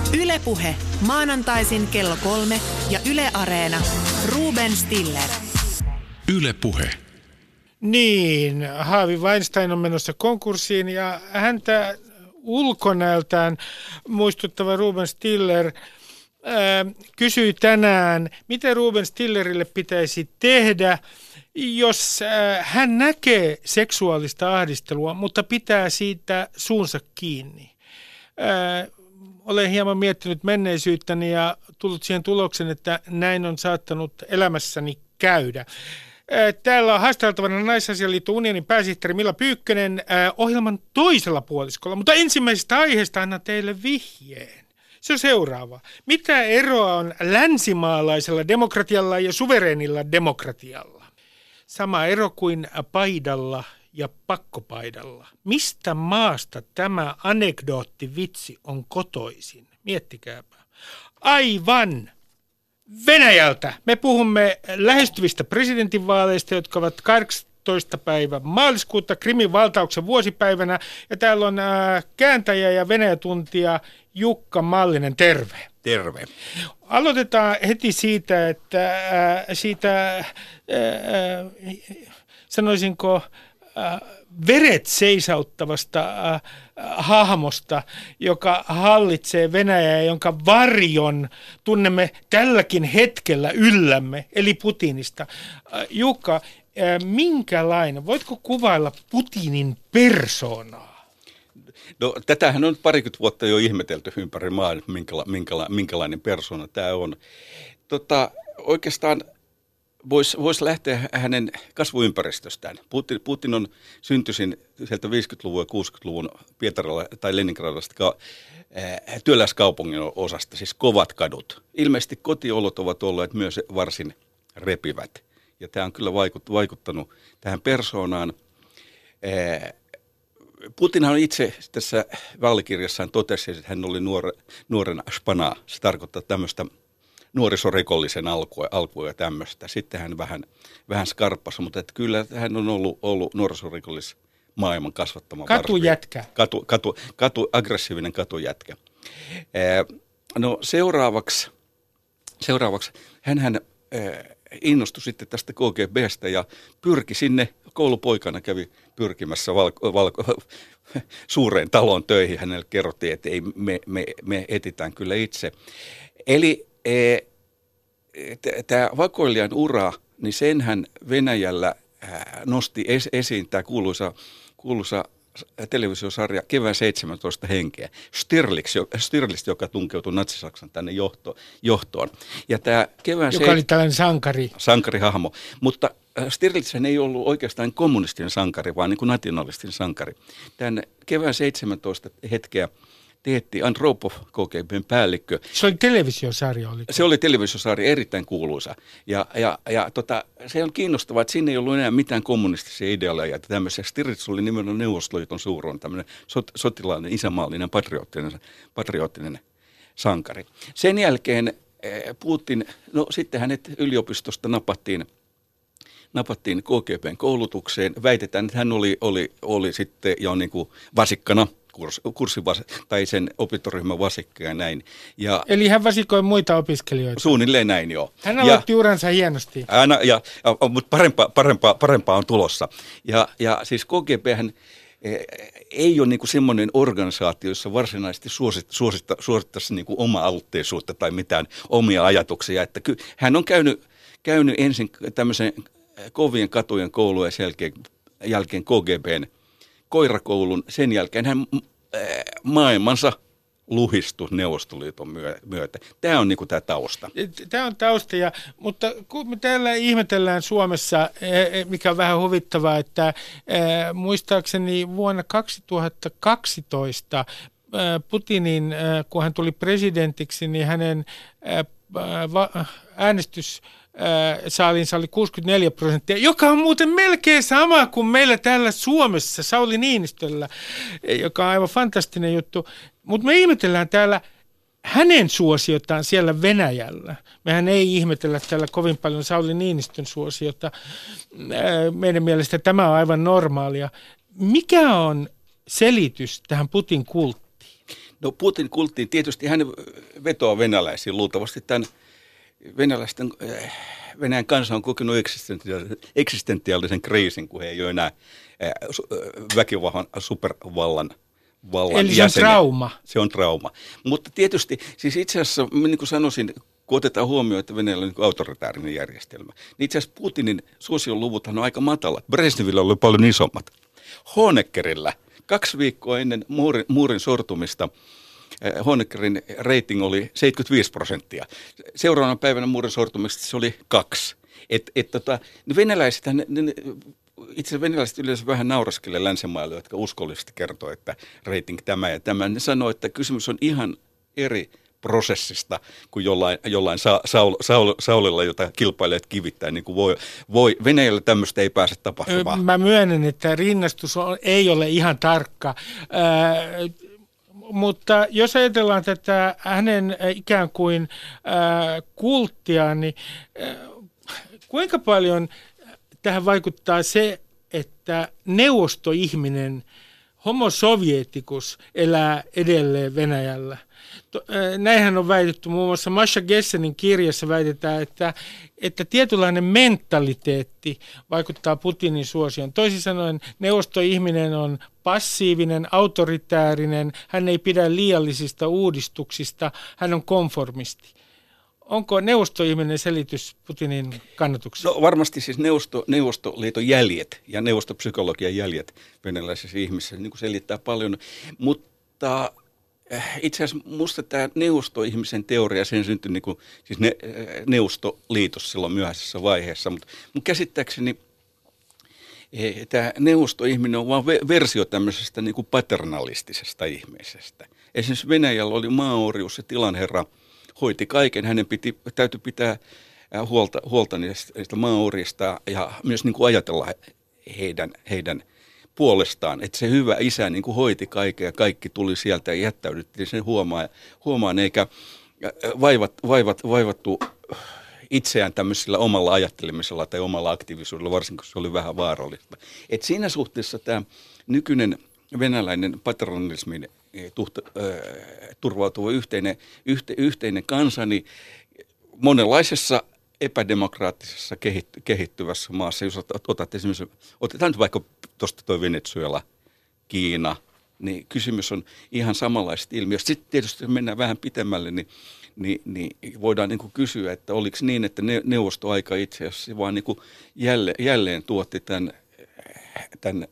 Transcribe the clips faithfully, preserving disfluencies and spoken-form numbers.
Yle Puhe. Maanantaisin kello kolme ja Yle Areena. Ruben Stiller. Yle Puhe. Niin, Harvey Weinstein on menossa konkurssiin ja häntä ulkonäöltään muistuttava Ruben Stiller ää, kysyi tänään, mitä Ruben Stillerille pitäisi tehdä, jos ää, hän näkee seksuaalista ahdistelua, mutta pitää siitä suunsa kiinni. Ää, olen hieman miettinyt menneisyyttäni ja tullut siihen tuloksen, että näin on saattanut elämässäni käydä. Täällä on haasteltavana Naisasialiiton unionin pääsihteeri Milla Pyykkönen äh, ohjelman toisella puoliskolla, mutta ensimmäisestä aiheesta annan teille vihjeen. Se on seuraava. Mitä eroa on länsimaalaisella demokratialla ja suvereenilla demokratialla? Sama ero kuin paidalla ja pakkopaidalla. Mistä maasta tämä anekdoottivitsi on kotoisin? Miettikääpä. Aivan! Venäjältä. Me puhumme lähestyvistä presidentinvaaleista, jotka ovat kahdeksastoista päivä maaliskuuta Krimin valtauksen vuosipäivänä. Ja täällä on äh, kääntäjä ja Venäjä-tuntija Jukka Mallinen. Terve. Terve. Aloitetaan heti siitä, että äh, siitä äh, äh, sanoisinko äh, veret seisauttavasta äh, hahmosta, joka hallitsee Venäjää ja jonka varjon tunnemme tälläkin hetkellä yllämme, eli Putinista. Äh, Jukka, äh, minkälainen, voitko kuvailla Putinin persoonaa? No, tätähän on parikymmentä vuotta jo ihmetelty ympäri maailmaa, minkäla, minkäla, minkälainen persoona tämä on. Tota, oikeastaan Voisi vois lähteä hänen kasvuympäristöstään. Putin, Putin on syntyisin sieltä viisikymmentäluvun ja kuusikymmentäluvun Pietarilla tai Leningradista ka, äh, työläiskaupungin osasta, siis kovat kadut. Ilmeisesti kotiolot ovat olleet myös varsin repivät. Ja tämä on kyllä vaikut, vaikuttanut tähän persoonaan. Äh, Putinhan itse tässä vaalikirjassaan totesi, että hän oli nuore, nuorena španaa. Se tarkoittaa tämmöistä nuorisorikollisen alkua, alkua ja tämmöistä. Sitten hän vähän, vähän skarppasi, mutta että kyllä hän on ollut, ollut nuorisorikollis maailman kasvattama. Katujätkä. Katu, katu, katu, aggressiivinen katujätkä. Ee, no seuraavaksi, seuraavaksi hänhän ee, innostui sitten tästä K G B:stä ja pyrki sinne, koulupoikana kävi pyrkimässä valko, valko, suureen talon töihin. Hänelle kerrottiin, että ei, me, me, me etitään kyllä itse. Eli tämä vakoilijan ura, niin senhän Venäjällä nosti esiin tämä kuuluisa, kuuluisa televisiosarja Kevään seitsemäntoista henkeä. Stirlitz, Stirlitz joka tunkeutui Natsi-Saksan tänne johto, johtoon. Ja tämä kevään joka se... oli tällainen sankari. Sankarihahmo. Mutta Stirlitz ei ollut oikeastaan kommunistinen sankari, vaan niin kuin nationalistinen sankari. Tämän Kevään seitsemäntoista hetkeä teetti Andropov, K G B:n päällikkö. Se oli televisiosarja. Oliko? Se oli televisiosarja, erittäin kuuluisa. Ja, ja, ja tota, se on kiinnostavaa, että siinä ei ollut enää mitään kommunistisia idealeja. Tämmöisiä Stirlitz oli nimenomaan Neuvostoliiton suuruuden, tämmöinen sot, sotilainen, isämaallinen, patriottinen, patriottinen sankari. Sen jälkeen Putin, no sitten hänet yliopistosta napattiin, napattiin K G B:n koulutukseen. Väitetään, että hän oli, oli, oli sitten jo niin kuin vasikkana. Kurssin tai sen opintoryhmän vasikka ja näin. Ja eli hän vasikoi muita opiskelijoita? Suunnilleen näin, joo. Hän aloitti ja, uransa hienosti. Aina, ja, ja, mutta parempaa, parempaa, parempaa on tulossa. Ja, ja siis K G B:hän ei ole niin kuin semmoinen organisaatio, jossa varsinaisesti suositta, suositta, suosittaisi niin kuin oma-aloitteisuutta tai mitään omia ajatuksia. Että ky, hän on käynyt, käynyt ensin tämmöisen kovien katujen koulujen ja sen jälkeen, jälkeen K G B:n koirakoulun. Sen jälkeen hän maailmansa luhistui Neuvostoliiton myötä. Tämä on niin kuin tämä tausta. Tämä on tausta, ja, mutta kun me täällä ihmetellään Suomessa, mikä on vähän huvittavaa, että muistaakseni vuonna kaksituhattakaksitoista Putinin, kun hän tuli presidentiksi, niin hänen äänestys saalinsa oli kuusikymmentäneljä prosenttia, joka on muuten melkein sama kuin meillä täällä Suomessa Sauli Niinistöllä, joka on aivan fantastinen juttu. Mutta me ihmetellään täällä hänen suosiotaan siellä Venäjällä. Mehän ei ihmetellä täällä kovin paljon Sauli Niinistön suosiota. Meidän mielestä tämä on aivan normaalia. Mikä on selitys tähän Putin kulttiin? No Putin kuultiin, tietysti hän vetoaa venäläisiin luultavasti tämän venäläisten, Venäjän kansa on kokenut eksistentiaalisen kriisin, kun he ei ole enää väkivallan supervallan vallan Eli se on trauma. Se on trauma. Mutta tietysti, siis itse asiassa, niin kuin sanoisin, kun otetaan huomioon, että Venäjällä on niin autoritäärinen järjestelmä, niin itse asiassa Putinin suosion luvuthan on aika matalat. Brezhnevillä oli paljon isommat. Honeckerillä kaksi viikkoa ennen muurin, muurin sortumista Honeckerin rating oli seitsemänkymmentäviisi prosenttia. Seuraavana päivänä muurin sortumista se oli kaksi. Et, et, tota, venäläiset, ne, ne, itse asiassa venäläiset yleensä vähän nauraskelee länsimaille, jotka uskollisesti kertoo, että rating tämä ja tämä. Ne sanoo, että kysymys on ihan eri prosessista kuin jollain, jollain sa, Saul, Saul, Saulilla, jota kilpailijat kivittää. Niin kuin voi, voi, Venäjällä tämmöistä ei pääse tapahtumaan. Mä myönnän, että rinnastus on, ei ole ihan tarkka. Äh, Mutta jos ajatellaan tätä hänen ikään kuin äh, kulttiaan, niin äh, kuinka paljon tähän vaikuttaa se, että neuvostoihminen, homo sovietikus, elää edelleen Venäjällä? To, äh, näinhän on väitetty, muun muassa Masha Gessenin kirjassa väitetään, että, että tietynlainen mentaliteetti vaikuttaa Putinin suosioon. Toisin sanoen neuvostoihminen on passiivinen, autoritäärinen, hän ei pidä liiallisista uudistuksista, hän on konformisti. Onko neuvostoihminen selitys Putinin kannatukseen? No varmasti siis neuvosto, Neuvostoliiton jäljet ja neuvostopsykologian jäljet venäläisissä ihmisissä niin kuin selittää paljon, mutta itse asiassa musta tämä neuvostoihmisen teoria, sen syntyi niin kuin, siis ne, Neuvostoliitossa silloin myöhäisessä vaiheessa, mutta mun käsittääkseni tämä neuvostoihminen on vain versio tämmöisestä niin kuin paternalistisesta ihmisestä. Esimerkiksi Venäjällä oli maaorjuus ja tilanherra hoiti kaiken. Hänen piti, täytyi pitää huolta, huolta niistä maaorjista ja myös niin kuin ajatella heidän, heidän puolestaan. Että se hyvä isä niin kuin hoiti kaiken ja kaikki tuli sieltä ja jättäydyttiin sen huomaan, huomaan eikä vaivat, vaivat, vaivattu itseään tämmöisellä omalla ajattelemisella tai omalla aktiivisuudella, varsinkin kun se oli vähän vaarallista. Et siinä suhteessa tämä nykyinen venäläinen paternalismin tuhta, äh, turvautuva yhteinen, yhte, yhteinen kansa, niin monenlaisessa epädemokraattisessa kehitty, kehittyvässä maassa, jos otat esimerkiksi, otetaan nyt vaikka tuosta tuo Venezuela, Kiina, niin kysymys on ihan samanlaisesta ilmiöstä. Sitten tietysti jos mennään vähän pitemmälle, niin Niin, niin voidaan niin kuin kysyä, että oliko niin, että neuvostoaika itse asiassa vaan niin kuin jälleen, jälleen tuotti tämän, tämän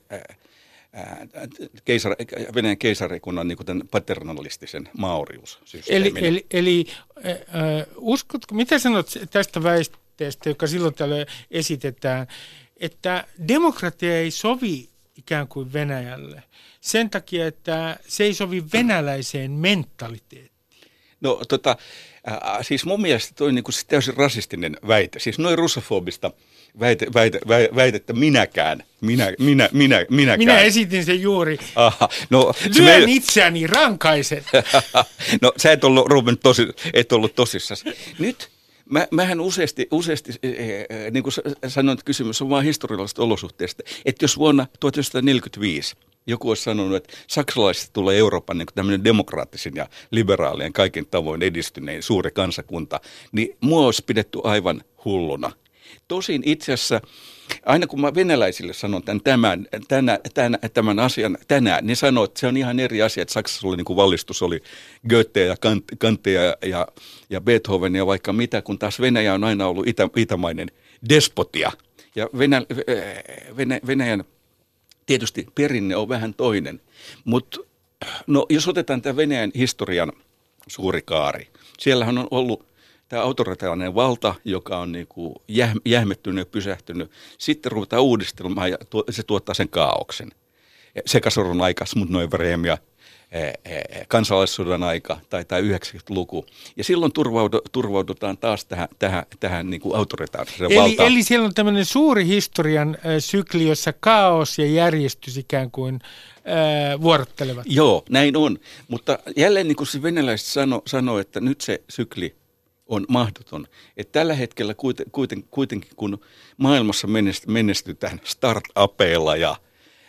ää, keisar, Venäjän keisarikunnan niin kuin tämän paternalistisen maoriussysteemin. Eli, eli, eli äh, uskotko, mitä sanot tästä väitteestä, joka silloin tällöin esitetään, että demokratia ei sovi ikään kuin Venäjälle sen takia, että se ei sovi venäläiseen mentaliteettiin? No tota, äh, siis mun mielestä toi on niin kuin täysin rasistinen väite. Siis noin russofobista väite, väite, väite, väitettä minäkään, minä, minä, minä, minäkään. Minä esitin sen juuri. Aha, no, Lyön me... itseäni, rankaisen. No sä et ollut, Ruben, tosi, et ollut tosissaan. Nyt mä, mähän useasti, useasti äh, niin kuin sanoin, että kysymys on vain historiallisesta olosuhteesta. Että jos vuonna tuhatyhdeksänsataaneljäkymmentäviisi joku olisi sanonut, että saksalaisista tulee Euroopan niin tämmöinen demokraattisen ja liberaalien kaiken tavoin edistynein suuri kansakunta, niin mua olisi pidetty aivan hulluna. Tosin itse asiassa, aina kun mä venäläisille sanon tämän, tämän, tämän, tämän, tämän asian tänään, niin sanoo, että se on ihan eri asia, että Saksassa oli niin kuin vallistus, oli Goethe ja Kante ja, ja, ja Beethoven ja vaikka mitä, kun taas Venäjä on aina ollut itä, itämainen despotia. Ja Venä, Venä, Venäjän tietysti perinne on vähän toinen, mutta no, jos otetaan tämä Venäjän historian suuri kaari, siellähän on ollut tämä autoritaarinen valta, joka on niinku jäh, jähmettynyt ja pysähtynyt. Sitten ruvetaan uudistelemaan ja tuo, se tuottaa sen kaaoksen. Sekasorron aika, Smutnoje vremja, kansalaissodan aika tai, tai yhdeksänkymmentäluku. Ja silloin turvaudu, turvaudutaan taas tähän, tähän, tähän niin kuin autoritaariseen eli, valtaan. Eli siellä on tämmöinen suuri historian äh, sykli, jossa kaos ja järjestys ikään kuin äh, vuorottelevat. Joo, näin on. Mutta jälleen niin kuin se venäläiset sanoo, sano, että nyt se sykli on mahdoton. Että tällä hetkellä kuiten, kuiten, kuitenkin, kun maailmassa menestytään startupeilla ja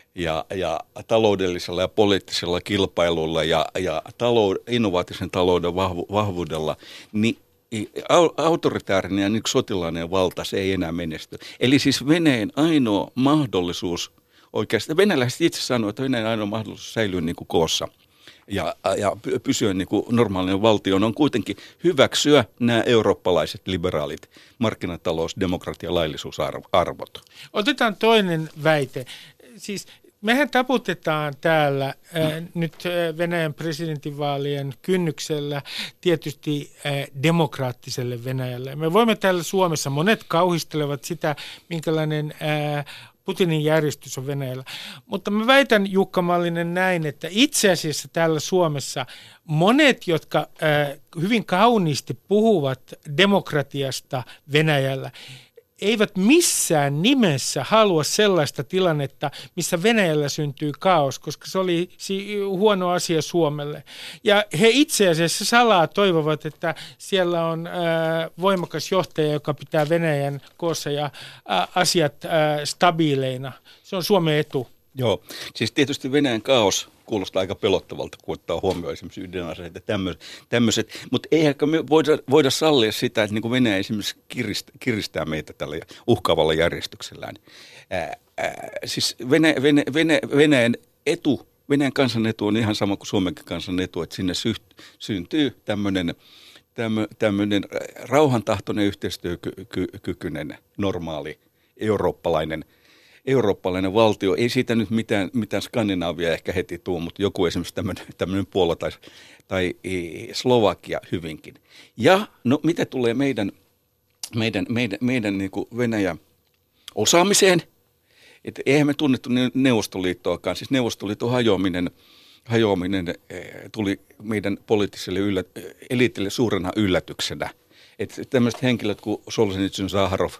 ja, ja taloudellisella ja poliittisella kilpailulla ja, ja talou, innovaattisen talouden vahvu, vahvuudella, niin autoritäärinen ja niin sotilainen valta, se ei enää menesty. Eli siis Venäjän ainoa mahdollisuus, oikeastaan venäläiset itse sanoo, että Venäjän ainoa mahdollisuus säilyy niin kuin koossa ja, ja pysyä niin kuin normaalinen valtio on kuitenkin hyväksyä nämä eurooppalaiset liberaalit markkinatalous, demokratia, laillisuusarvot. Otetaan toinen väite. Siis mehän taputetaan täällä äh, nyt äh, Venäjän presidentinvaalien kynnyksellä tietysti äh, demokraattiselle Venäjälle. Me voimme täällä Suomessa, monet kauhistelevat sitä, minkälainen äh, Putinin järjestys on Venäjällä. Mutta mä väitän, Jukka Mallinen, näin, että itse asiassa täällä Suomessa monet, jotka äh, hyvin kauniisti puhuvat demokratiasta Venäjällä, eivät missään nimessä halua sellaista tilannetta, missä Venäjällä syntyy kaos, koska se oli huono asia Suomelle. Ja he itse asiassa salaa toivovat, että siellä on äh, voimakas johtaja, joka pitää Venäjän koossa ja äh, asiat äh, stabiileina. Se on Suomen etu. Joo, siis tietysti Venäjän kaos kuulostaa aika pelottavalta, kun ottaa huomioon esimerkiksi ydinaseet ja tämmöiset. Mutta eihän me voida, voida sallia sitä, että niin kuin Venäjä esimerkiksi kiristää, kiristää meitä tällä uhkaavalla järjestyksellään. Ää, ää, siis Venäjä, Venäjä, Venäjä, Venäjän etu, Venäjän kansan etu on ihan sama kuin Suomenkin kansan etu, että sinne sy, syntyy tämmöinen tämmöinen rauhantahtoinen, yhteistyökykyinen, normaali, eurooppalainen Eurooppalainen valtio, ei siitä nyt mitään, mitään Skandinaavia ehkä heti tule, mutta joku esimerkiksi tämmöinen, tämmöinen Puola tai, tai Slovakia hyvinkin. Ja no mitä tulee meidän, meidän, meidän, meidän niin kuin Venäjän osaamiseen, että eihän me tunnettu Neuvostoliittoakaan, siis Neuvostoliiton hajoaminen, hajoaminen tuli meidän poliittiselle yllä, eliitille suurena yllätyksenä. Että tämmöiset henkilöt kuin Solzhenitsyn, Zaharov,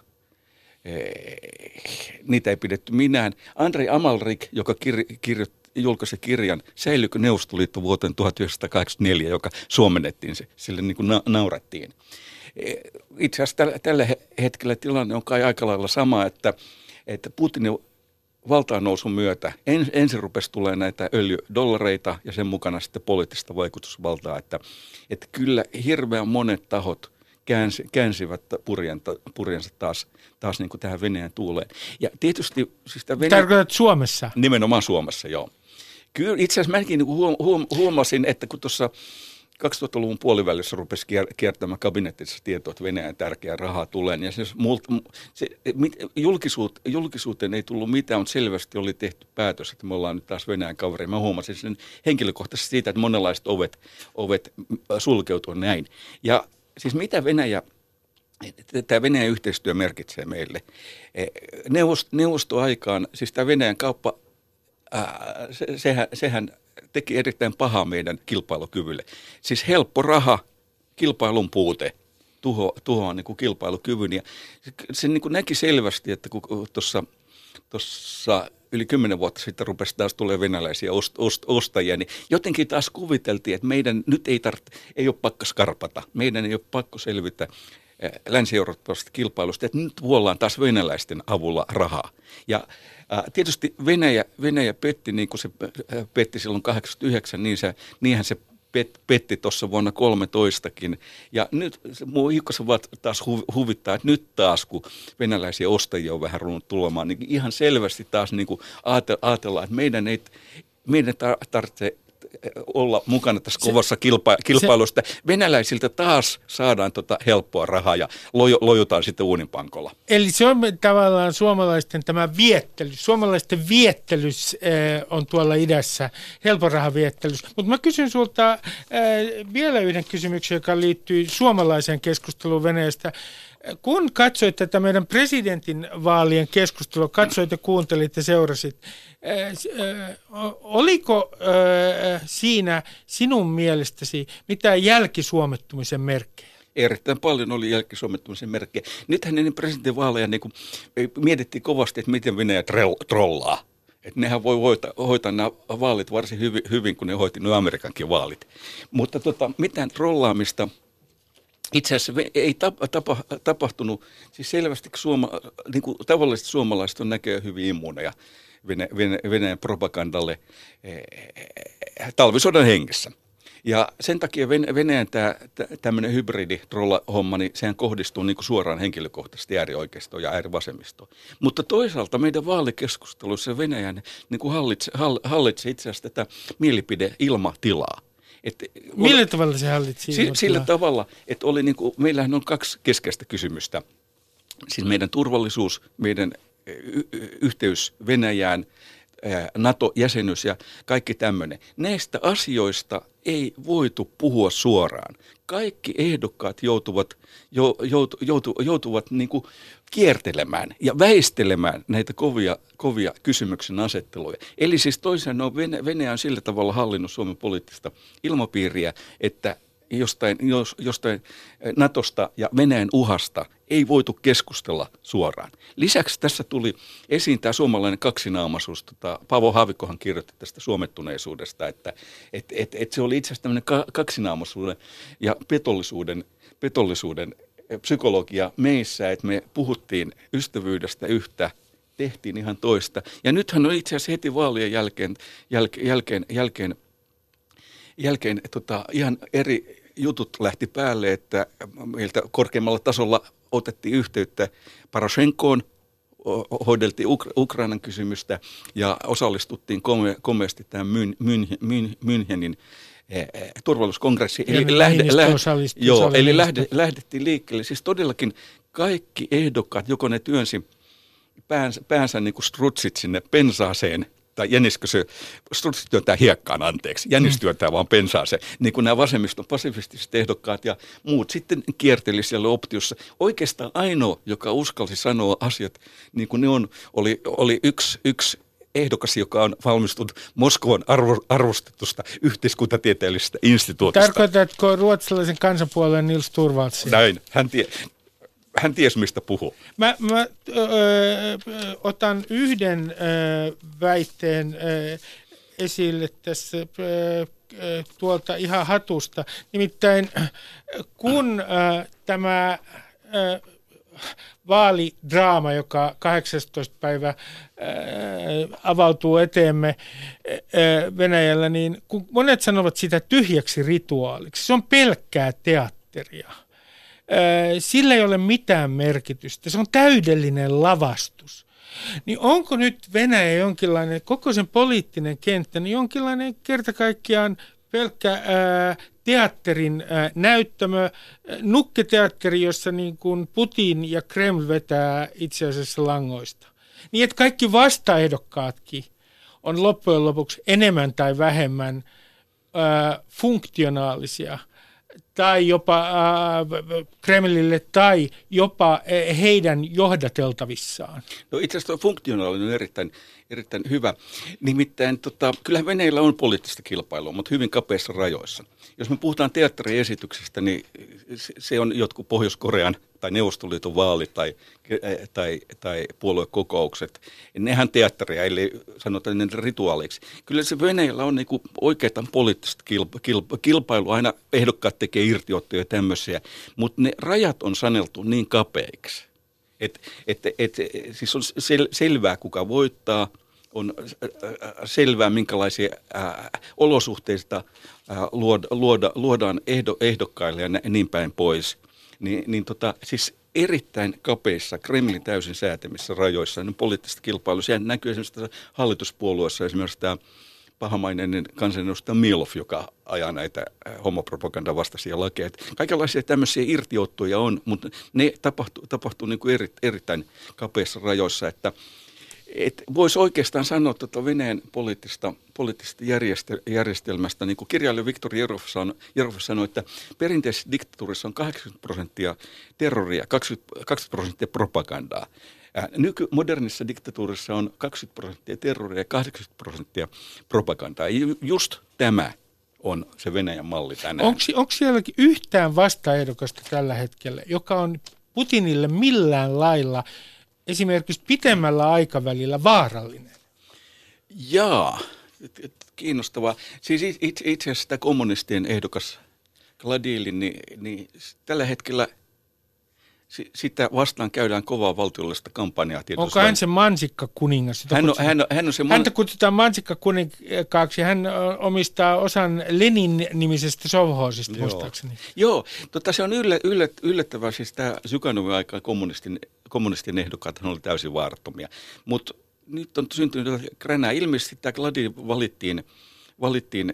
niitä ei pidetty minään. Andrei Amalrik, joka kir- kirjoitti, julkaisi kirjan Säilyykö Neuvostoliitto vuoteen tuhatyhdeksänsataakahdeksankymmentäneljä, joka suomennettiin, se, sille niin kuin na- naurattiin. Itse asiassa tällä, tällä hetkellä tilanne on kai aika lailla sama, että, että Putinin valtaan nousun myötä en, ensin rupesi tulee näitä öljydollareita ja sen mukana sitten poliittista vaikutusvaltaa, että, että kyllä hirveän monet tahot Käänsi, käänsivät purjenta, purjensa taas, taas niin kuin tähän Venäjän tuuleen. Ja tietysti siis Venäjä... Tarkoitat Suomessa? Nimenomaan Suomessa, joo. Kyllä itse asiassa mäkin niin huom, huom, huomasin, että kun tuossa kaksituhattaluvun puolivälissä rupesi kiertämään kabinettissa tietoa, että Venäjän tärkeä raha tulee, ja se, se, julkisuut, julkisuuteen ei tullut mitään, mutta selvästi oli tehty päätös, että me ollaan nyt taas Venäjän kaveri. Mä huomasin sen henkilökohtaisesti siitä, että monenlaiset ovet, ovet sulkeutuivat näin. Ja siis mitä Venäjä, tämä Venäjän yhteistyö merkitsee meille? Neuvost, neuvostoaikaan, siis tämä Venäjän kauppa, ää, se, sehän, sehän teki erittäin pahaa meidän kilpailukyvylle. Siis helppo raha, kilpailun puute, tuho, tuhoaa niin kuin kilpailukyvyn. Ja se, se niin kuin näki selvästi, että kun tuossa tuossa yli kymmenen vuotta sitten rupesi taas tulee venäläisiä ost, ost, ostajia, niin jotenkin taas kuviteltiin, että meidän nyt ei, tart, ei ole pakko skarpata, meidän ei ole pakko selvitä länsi-eurooppalaisesta kilpailusta, että nyt vuollaan taas venäläisten avulla rahaa. Ja ää, tietysti Venäjä, Venäjä petti, niin kuin se petti silloin kahdeksankymmentäyhdeksän, niin se, niinhän se pet, petti tuossa vuonna kolmetoistakin. Ja nyt minua hiukkasen vaan taas huvittaa, että nyt taas, kun venäläisiä ostajia on vähän runnut tulemaan, niin ihan selvästi taas niin kuin ajatellaan, että meidän ei meidän tarvitse olla mukana tässä kovassa kilpa- kilpailusta. Se, Venäläisiltä taas saadaan tota helppoa rahaa ja lojo, lojutaan sitten uuninpankolla. Eli se on tavallaan suomalaisten tämä viettelys. Suomalaisten viettelys äh, on tuolla idässä, helpon rahan viettelys. Mutta mä kysyn sulta äh, vielä yhden kysymyksen, joka liittyy suomalaiseen keskusteluun Venäjästä. Kun katsoit tätä meidän presidentin vaalien keskustelua, katsoit ja kuuntelit ja seurasit, äh, oliko äh, siinä sinun mielestäsi mitään jälkisuomettumisen merkkejä? Erittäin paljon oli jälkisuomettumisen merkkejä. Nythän ennen presidentinvaaleja niin kuin mietittiin kovasti, että miten Venäjä trollaa. Että nehän voi hoitaa, hoitaa nämä vaalit varsin hyvin, hyvin, kun ne hoiti nuo Amerikankin vaalit. Mutta tota, mitään trollaamista itse asiassa ei tapa, tapa, tapahtunut, siis selvästi suoma, niin kuin tavallisesti suomalaiset on näköjään hyvin immuuneja Venäjän propagandalle talvisodan hengessä. Ja sen takia Venäjän tämä tämmöinen hybriditrolla-homma, niin sehän kohdistuu niin kuin suoraan henkilökohtaisesti äärioikeistoon ja äärivasemmistoon. Mutta toisaalta meidän vaalikeskusteluissa Venäjän niin kuin hallitsee, hallitsee itse asiassa tätä mielipide-ilmatilaa. Et, Millä tavalla se hallitsi? Sillä, sillä tavalla, että oli niin kuin, meillähän on kaksi keskeistä kysymystä. Siis meidän turvallisuus, meidän y- y- yhteys Venäjään, NATO-jäsenyys ja kaikki tämmöinen. Näistä asioista ei voitu puhua suoraan. Kaikki ehdokkaat joutuvat, jo, joutu, joutu, joutuvat niin kuin kiertelemään ja väistelemään näitä kovia, kovia kysymyksen asetteluja. Eli siis toisin no, Venäjä on sillä tavalla hallinnut Suomen poliittista ilmapiiriä, että jostain, jos, jostain Natosta ja Venäjän uhasta ei voitu keskustella suoraan. Lisäksi tässä tuli esiin tämä suomalainen kaksinaamaisuus. Tota, Paavo Haavikkohan kirjoitti tästä suomettuneisuudesta, että et, et, et se oli itse asiassa tämmöinen ka- kaksinaamaisuuden ja petollisuuden, petollisuuden psykologia meissä, että me puhuttiin ystävyydestä yhtä, tehtiin ihan toista. Ja nythän on itse asiassa heti vaalien jälkeen, jälkeen, jälkeen, jälkeen, jälkeen tota, ihan eri jutut lähti päälle, että meiltä korkeammalla tasolla otettiin yhteyttä Poroshenkoon, hoideltiin Ukra- Ukrainan kysymystä ja osallistuttiin kome- komeasti tähän Münchenin eh, turvallisuuskongressiin. Eli, lähde, lähde, joo, eli lähde, lähdettiin liikkeelle. Siis todellakin kaikki ehdokkaat, joko ne työnsi päänsä, päänsä niin kuin strutsit sinne pensaaseen, tai jänniskö se, strutsit työntää hiekkaan, anteeksi, jännis työntää vaan pensaaseen, niin kuin nämä vasemmiston pasifistiset ehdokkaat ja muut sitten kierteli siellä optiossa. Oikeastaan ainoa, joka uskalsi sanoa asiat niin kuin ne on, oli, oli yksi, yksi ehdokas, joka on valmistunut Moskovan arvo, arvostetusta yhteiskuntatieteellisestä instituutista. Tarkoitatko ruotsalaisen kansanpuolueen Nils Torvaldsia? Näin, hän tie, Hän tiesi, mistä puhuu. Mä, mä ö, ö, otan yhden ö, väitteen ö, esille tässä ö, ö, tuolta ihan hatusta. Nimittäin kun ö, tämä ö, vaalidraama, joka kahdeksastoista päivä ö, avautuu eteemme ö, Venäjällä, niin kun monet sanovat sitä tyhjäksi rituaaliksi, se on pelkkää teatteria. Sillä ei ole mitään merkitystä. Se on täydellinen lavastus. Niin onko nyt Venäjä jonkinlainen, koko sen poliittinen kenttä, niin jonkinlainen kerta kaikkiaan pelkkä ää, teatterin ää, näyttämö, nukketeatteri, jossa niin kuin Putin ja Kreml vetää itse asiassa langoista. Niin että kaikki vastaehdokkaatkin on loppujen lopuksi enemmän tai vähemmän ää, funktionaalisia tai jopa äh, Kremlille tai jopa äh, heidän johdateltavissaan. No itse asiassa funktionaalinen on erittäin, erittäin hyvä. Nimittäin tota, kyllähän Venäjällä on poliittista kilpailua, mutta hyvin kapeissa rajoissa. Jos me puhutaan teatteriesityksestä, niin se on jotkut Pohjois-Korean tai Neuvostoliiton vaalit tai, tai, tai puoluekokoukset. Nehän teatteria, eli sanotaan ne rituaaleiksi. Kyllä se Venäjällä on niinku oikeaa poliittista kilpa, kilpa, kilpailua. Aina ehdokkaat tekee irtiottoja ja tämmöisiä, mutta ne rajat on saneltu niin kapeiksi. Että et, et, siis on sel, selvää, kuka voittaa, on selvää, minkälaisia ää, olosuhteista ää, luoda, luoda, luodaan ehdo, ehdokkaille ja niin päin pois. Ni, niin tota, siis erittäin kapeissa, Kremlin täysin säätämissä rajoissa, niin poliittista kilpailua. Sehän näkyy esimerkiksi tässä hallituspuolueessa, esimerkiksi tämä pahamainen kansanedustaja Milov, joka ajaa näitä homopropagandan vastaisia lakeja. Kaikenlaisia tämmöisiä irtiottoja on, mutta ne tapahtuu, tapahtuu niin kuin eri, erittäin kapeissa rajoissa, että et voisi oikeastaan sanoa tuota Venäjän poliittista, poliittisesta järjestelmästä, niin kuin kirjailija Viktor Jerov sanoi, että perinteisessä diktatuurissa on kahdeksankymmentä prosenttia terroria, kaksikymmentä prosenttia propagandaa. Nykymodernissa diktatuurissa on kaksikymmentä prosenttia terroria ja kahdeksankymmentä prosenttia propagandaa. Ja just tämä on se Venäjän malli tänään. Onko, onko sielläkin yhtään vastaehdokasta tällä hetkellä, joka on Putinille millään lailla esimerkiksi pitemmällä aikavälillä vaarallinen? Jaa, kiinnostavaa. Siis itse, itse asiassa tämä kommunistien ehdokas Gladilin, niin, niin tällä hetkellä sitä vastaan käydään kovaa valtiollista kampanjaa. Onko hän se mansikkakuningas? Hän on, hän on, hän on se man... Häntä kutsutaan mansikkakuninkaaksi. Hän omistaa osan Lenin-nimisestä sovhoosista, muistaakseni. Joo, tota, se on yllät, yllät, yllättävää. Siis tämä Zyganovin aikaan kommunistin, kommunistin ehdokkaat oli täysin vaarattomia. Mutta nyt on syntynyt kränää. Ilmeisesti tämä Gladin valittiin, valittiin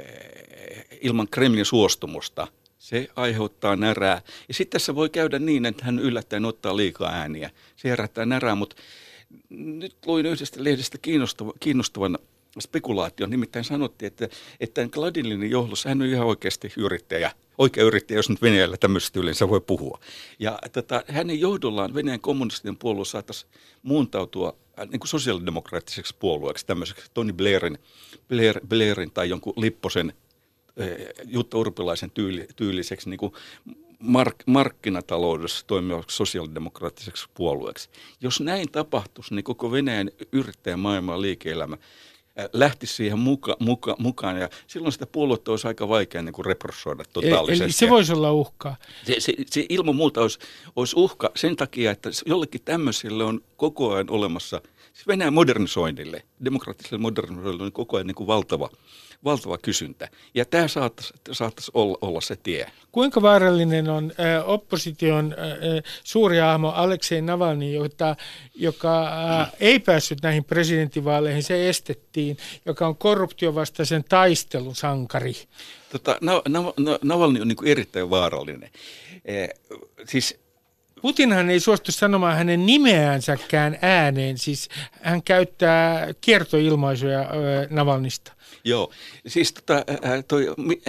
eh, ilman Kremlin suostumusta. Se aiheuttaa närää. Ja sitten tässä voi käydä niin, että hän yllättäen ottaa liikaa ääniä. Se herättää närää, mutta nyt luin yhdestä lehdestä kiinnostava, kiinnostavan spekulaation. Nimittäin sanottiin, että, että Gladinin johdossa hän on ihan oikeasti yrittäjä. Oikea yrittäjä, jos nyt Venäjällä tämmöisestä yleensä voi puhua. Ja tota, hänen johdollaan Venäjän kommunistinen puolue saataisiin muuntautua niin kuin sosiaalidemokraattiseksi puolueeksi, tämmöiseksi Tony Blairin, Blair, Blairin tai jonkun Lipposen Jutta Urpilaisen tyyli, tyyliseksi niin kuin mark, markkinataloudessa toimivaksi sosiaalidemokraattiseksi puolueeksi. Jos näin tapahtuisi, niin koko Venäjän yrittäjämaailma ja liike-elämä lähtisi siihen muka, muka, mukaan ja silloin sitä puoluetta olisi aika vaikea niin kuin repressoida totaalisesti. Eli se voisi olla uhkaa. Se, se, se ilman muuta olisi, olisi uhka sen takia, että jollekin tämmöisille on koko ajan olemassa, siis Venäjän modernisoinnille, demokraattiselle modernisoinnille on koko ajan niin kuin valtava, valtava kysyntä. Ja tämä saattaisi, saattaisi olla, olla se tie. Kuinka vaarallinen on ä, opposition ä, suuri hahmo Aleksei Navalny, jota, joka ä, ei päässyt näihin presidentinvaaleihin, se estettiin, joka on korruptiovastaisen taistelun sankari? Tota, na, na, na, Navalny on niin kuin erittäin vaarallinen. Eh, siis... Putinhan ei suostu sanomaan hänen nimeänsäkään ääneen, siis hän käyttää kiertoilmaisuja ä, Navalnysta. Joo, siis tota, toi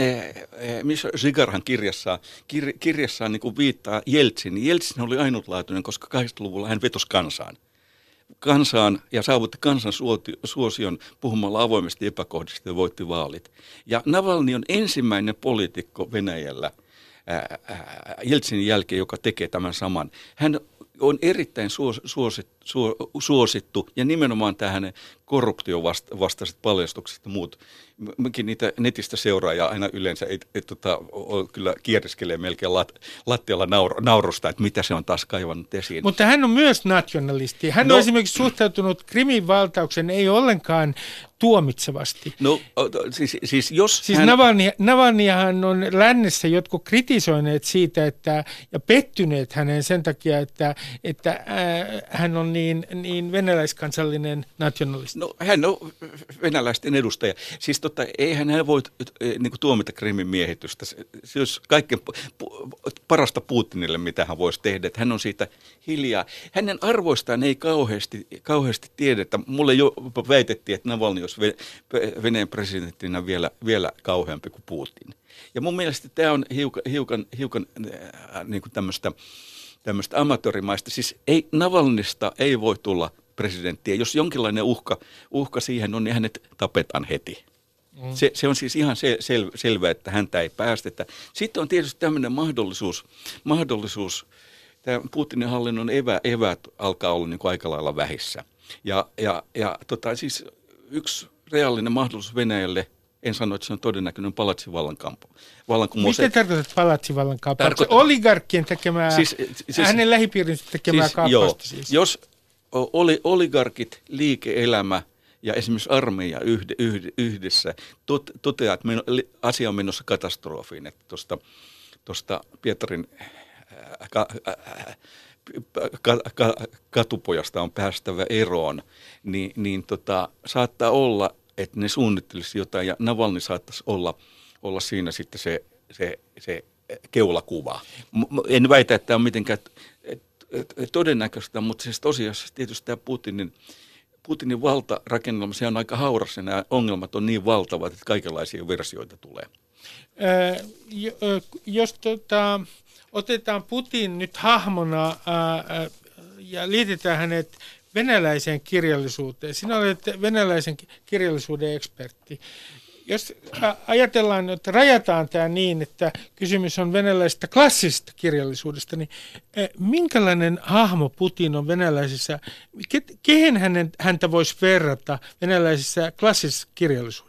Misha Zigarhan kirjassaan, kir, kirjassaan niin kuin viittaa Jeltsin. Jeltsin oli ainutlaatuinen, koska kahdeksankymmentäluvulla hän vetosi kansaan. Kansaan ja saavutti kansan suosion puhumalla avoimesti epäkohdista ja voitti vaalit. Ja Navalny on ensimmäinen poliitikko Venäjällä ää, ää, Jeltsinin jälkeen, joka tekee tämän saman. Hän on erittäin suos, suosit, suo, suosittu ja nimenomaan tähän korruptiovastaiset paljastukset ja muut. Mäkin niitä netistä seuraa ja aina yleensä ei, et, tota, kyllä kieriskelee melkein lat, lattialla naur, naurusta, että mitä se on taas kaivannut esiin. Mutta hän on myös nationalisti. Hän no, on esimerkiksi suhtautunut Krimin valtauksen ei ollenkaan tuomitsevasti. No siis, siis jos siis hän... Navalny, Navalnyhan on lännessä jotkut kritisoineet siitä, että, ja pettyneet häneen sen takia, että, että äh, hän on niin, niin venäläiskansallinen nationalisti. No hän on venäläisten edustaja. Siis tota, eihän hän voi niin kuin tuomita Krimin miehitystä. Se olisi kaikkein parasta Putinille, mitä hän voisi tehdä. Että hän on siitä hiljaa. Hänen arvoistaan ei kauheasti, kauheasti tiedetä. Mulle jo väitettiin, että Navalny olisi Venäjän presidenttinä vielä, vielä kauheampi kuin Putin. Ja mun mielestä tämä on hiukan, hiukan, hiukan äh, niin kuin tämmöistä, tämmöistä amatöörimaista. Siis ei, Navalnysta ei voi tulla presidenttiä. Jos jonkinlainen uhka, uhka siihen on, niin hänet tapetaan heti. Mm. Se, se on siis ihan sel, sel, selvää, että häntä ei päästetä. Sitten on tietysti tämmöinen mahdollisuus, mahdollisuus tämä Putinin hallinnon evä, eväät alkaa olla niin kuin aika lailla vähissä. Ja, ja, ja tota, siis yksi reaalinen mahdollisuus Venäjälle, en sano, että se on todennäköinen palatsivallankumous. Mitä tarkoitat palatsivallankumous? Tarkoit... Oligarkkien tekemää, siis, siis, hänen lähipiirinsä tekemää siis, kaappausta siis. Jos oli, oligarkit, liike-elämä ja esimerkiksi armeija yhde, yhde, yhdessä tot, toteaa, että meno, asia on menossa katastrofiin, että tuosta tosta Pietarin äh, ka, äh, ka, ka, katupojasta on päästävä eroon, niin, niin tota, saattaa olla, että ne suunnittelisi jotain ja Navalny saattaisi olla, olla siinä sitten se, se, se keulakuva. En väitä, että tämä on mitenkään todennäköistä, mutta siis tosiasiassa tietysti tämä Putinin, Putinin valtarakennelma, se on aika hauras ja nämä ongelmat on niin valtavat, että kaikenlaisia versioita tulee. Ää, jos tota, otetaan Putin nyt hahmona ää, ja liitetään hänet venäläiseen kirjallisuuteen. Sinä olet venäläisen kirjallisuuden ekspertti. Jos ajatellaan, että rajataan tämä niin, että kysymys on venäläisestä klassisesta kirjallisuudesta, niin minkälainen hahmo Putin on venäläisessä, ke, kehen hänen, häntä voisi verrata venäläisessä klassisessa kirjallisuudessa?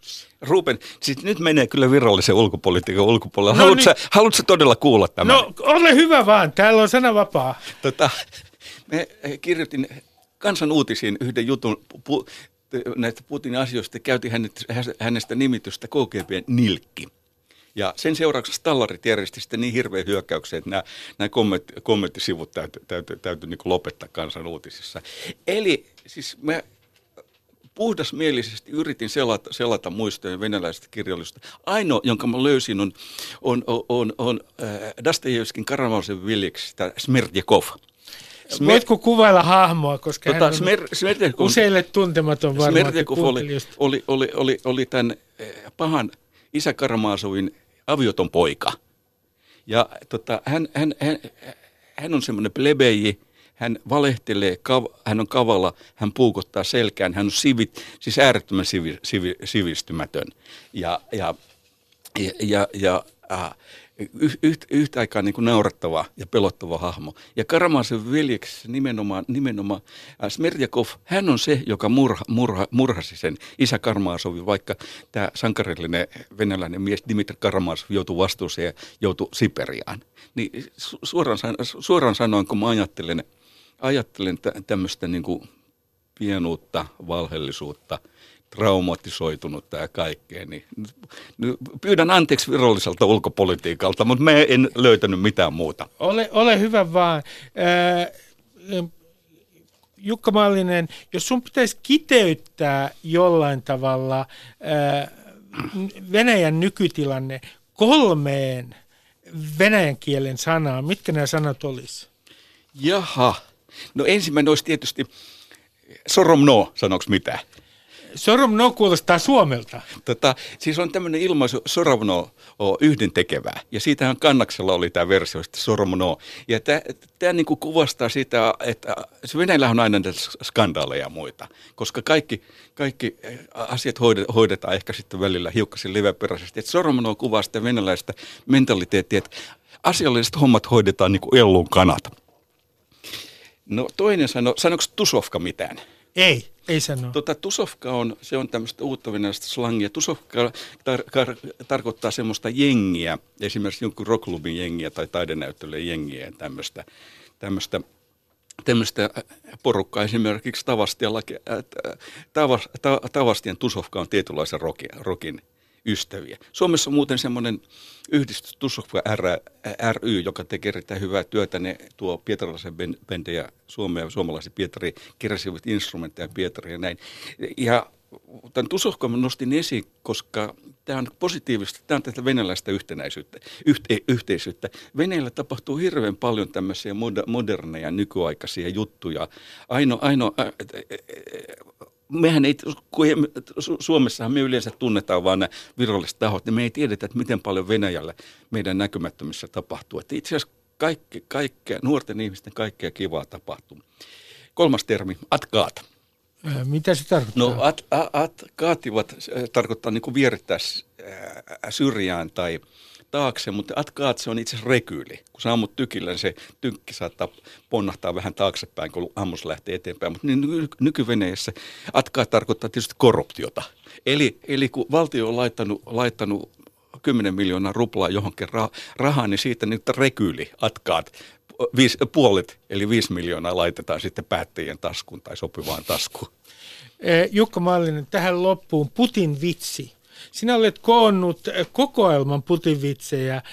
Ruben, siis nyt menee kyllä virallisen ulkopolitiikan ulkopuolella. No Haluatko, niin. sä, haluatko todella kuulla tämän? No ole hyvä vaan, täällä on sananvapaa. Tota, me kirjoitin Kansan uutisiin yhden jutun pu, näistä Putinin asioista, käytiin hänet, hänestä nimitystä K G B:n nilkki. Ja sen seurauksessa tallarit järjesti sitten niin hirveän hyökkäyksen, että nämä, nämä kommentti, kommenttisivut täytyy täyty, täyty niin kuin lopettaa Kansan uutisissa. Eli siis mä puhdasmielisesti yritin selata, selata muistoja venäläisestä kirjallisuudesta. Ainoa, jonka mä löysin, on, on, on, on, on äh, Dostojevskin Karamazovin veljeksistä Smerdjakov. Smer- Voitko kuvailla hahmoa, koska tota, hän on Smer- Smerdjakov, useille tuntematon varmaan. Smerdjakov oli, oli, oli, oli, oli tämän äh, pahan isä Karamazovin avioton poika. Ja tota, hän, hän, hän, hän on semmoinen plebeji, hän valehtelee, kav, hän on kavala, hän puukottaa selkään, hän on sivit, siis äärettömän sivi, sivi, sivistymätön. Ja, ja, ja, ja, ja äh, yhtä, yhtä aikaa niin kuin naurattava ja pelottava hahmo. Ja Karamazovin veljeksessä nimenomaan, nimenomaan äh, Smerdjakov, hän on se, joka murha, murha, murhasi sen isä Karamazovin, vaikka tämä sankarillinen venäläinen mies Dmitri Karamazov joutui vastuuseen ja joutui Siperiaan. Niin suoraan, suoraan sanoen, kun mä ajattelen, ajattelen tä, tämmöistä niin kuin pienuutta, valheellisuutta, traumatisoitunutta ja kaikkea, niin pyydän anteeksi viralliselta ulkopolitiikalta, mutta mä en löytänyt mitään muuta. Ole, ole hyvä vaan. Äh, Jukka Mallinen, jos sun pitäisi kiteyttää jollain tavalla äh, Venäjän nykytilanne kolmeen venäjän kielen sanaan, mitkä nämä sanat olisi? Jaha, no ensimmäinen olisi tietysti soromno, sanoks mitään? Soromno kuulostaa Suomelta. Tota, siis on tämmöinen ilmaisu soromno yhdentekevää, ja siitähän Kannaksella oli tämä versio sitten soromno. Ja tämä niinku kuvastaa sitä, että Venäjällä on aina näitä skandaaleja ja muita, koska kaikki, kaikki asiat hoidetaan ehkä sitten välillä hiukkasin leväperäisesti. Että soromno kuvaa sitä venäläistä mentaliteettia, että asialliset hommat hoidetaan niin kuin ellun kanat. No toinen sano, sanoiko Tusovka mitään? Ei, ei sano. Tota, tusovka on, se on tämmöistä uutta venäläistä slangia. Tusovka tar- tar- tarkoittaa semmoista jengiä, esimerkiksi jonkun rockklubin jengiä tai taidenäyttelyjen jengiä ja tämmöistä, tämmöistä, tämmöistä porukkaa. Esimerkiksi Tavastian, äh, Tavas, ta, Tavastian Tusovka on tietynlaisen rockin, rockin ystäviä. Suomessa on muuten semmoinen yhdistys Tusovka ry, joka tekee erittäin hyvää työtä. Ne tuo pietarilaisen bändejä Suomea ja suomalaisia Pietariin, keräsivät instrumentteja Pietariin ja näin. Ja tämän Tusovka nostin esiin, koska tämä on positiivista, tämä on tätä venäläistä yhtenäisyyttä, yhte, yhteisyyttä. Venäjällä tapahtuu hirveän paljon tämmöisiä moderneja, nykyaikaisia juttuja. Aino, aino, äh, äh, mehän ei, Suomessahan me yleensä tunnetaan vaan nämä viralliset tahot, niin me ei tiedetä, että miten paljon Venäjällä meidän näkymättömissä tapahtuu. Että itse asiassa kaikki, kaikkea, nuorten ihmisten kaikkea kivaa tapahtuu. Kolmas termi, atkaat. Mitä se tarkoittaa? No at, at, atkaativat tarkoittaa niin kuin vierittää syrjään tai taakse, mutta atkaat se on itse asiassa rekyyli. Kun sä ammut tykillä, niin se tykki saattaa ponnahtaa vähän taaksepäin, kun ammus lähtee eteenpäin. Mutta niin nyky-Venäjässä atkaat tarkoittaa tietysti korruptiota. Eli, eli kun valtio on laittanut, laittanut kymmenen miljoonaa ruplaa johonkin rahaa, niin siitä nyt rekyyli, atkaat, viisi, puolet eli viisi miljoonaa laitetaan sitten päättäjien taskuun tai sopivaan taskuun. Jukka Mallinen, tähän loppuun Putin vitsi. Sinä olet koonnut kokoelman Putin-vitsejä.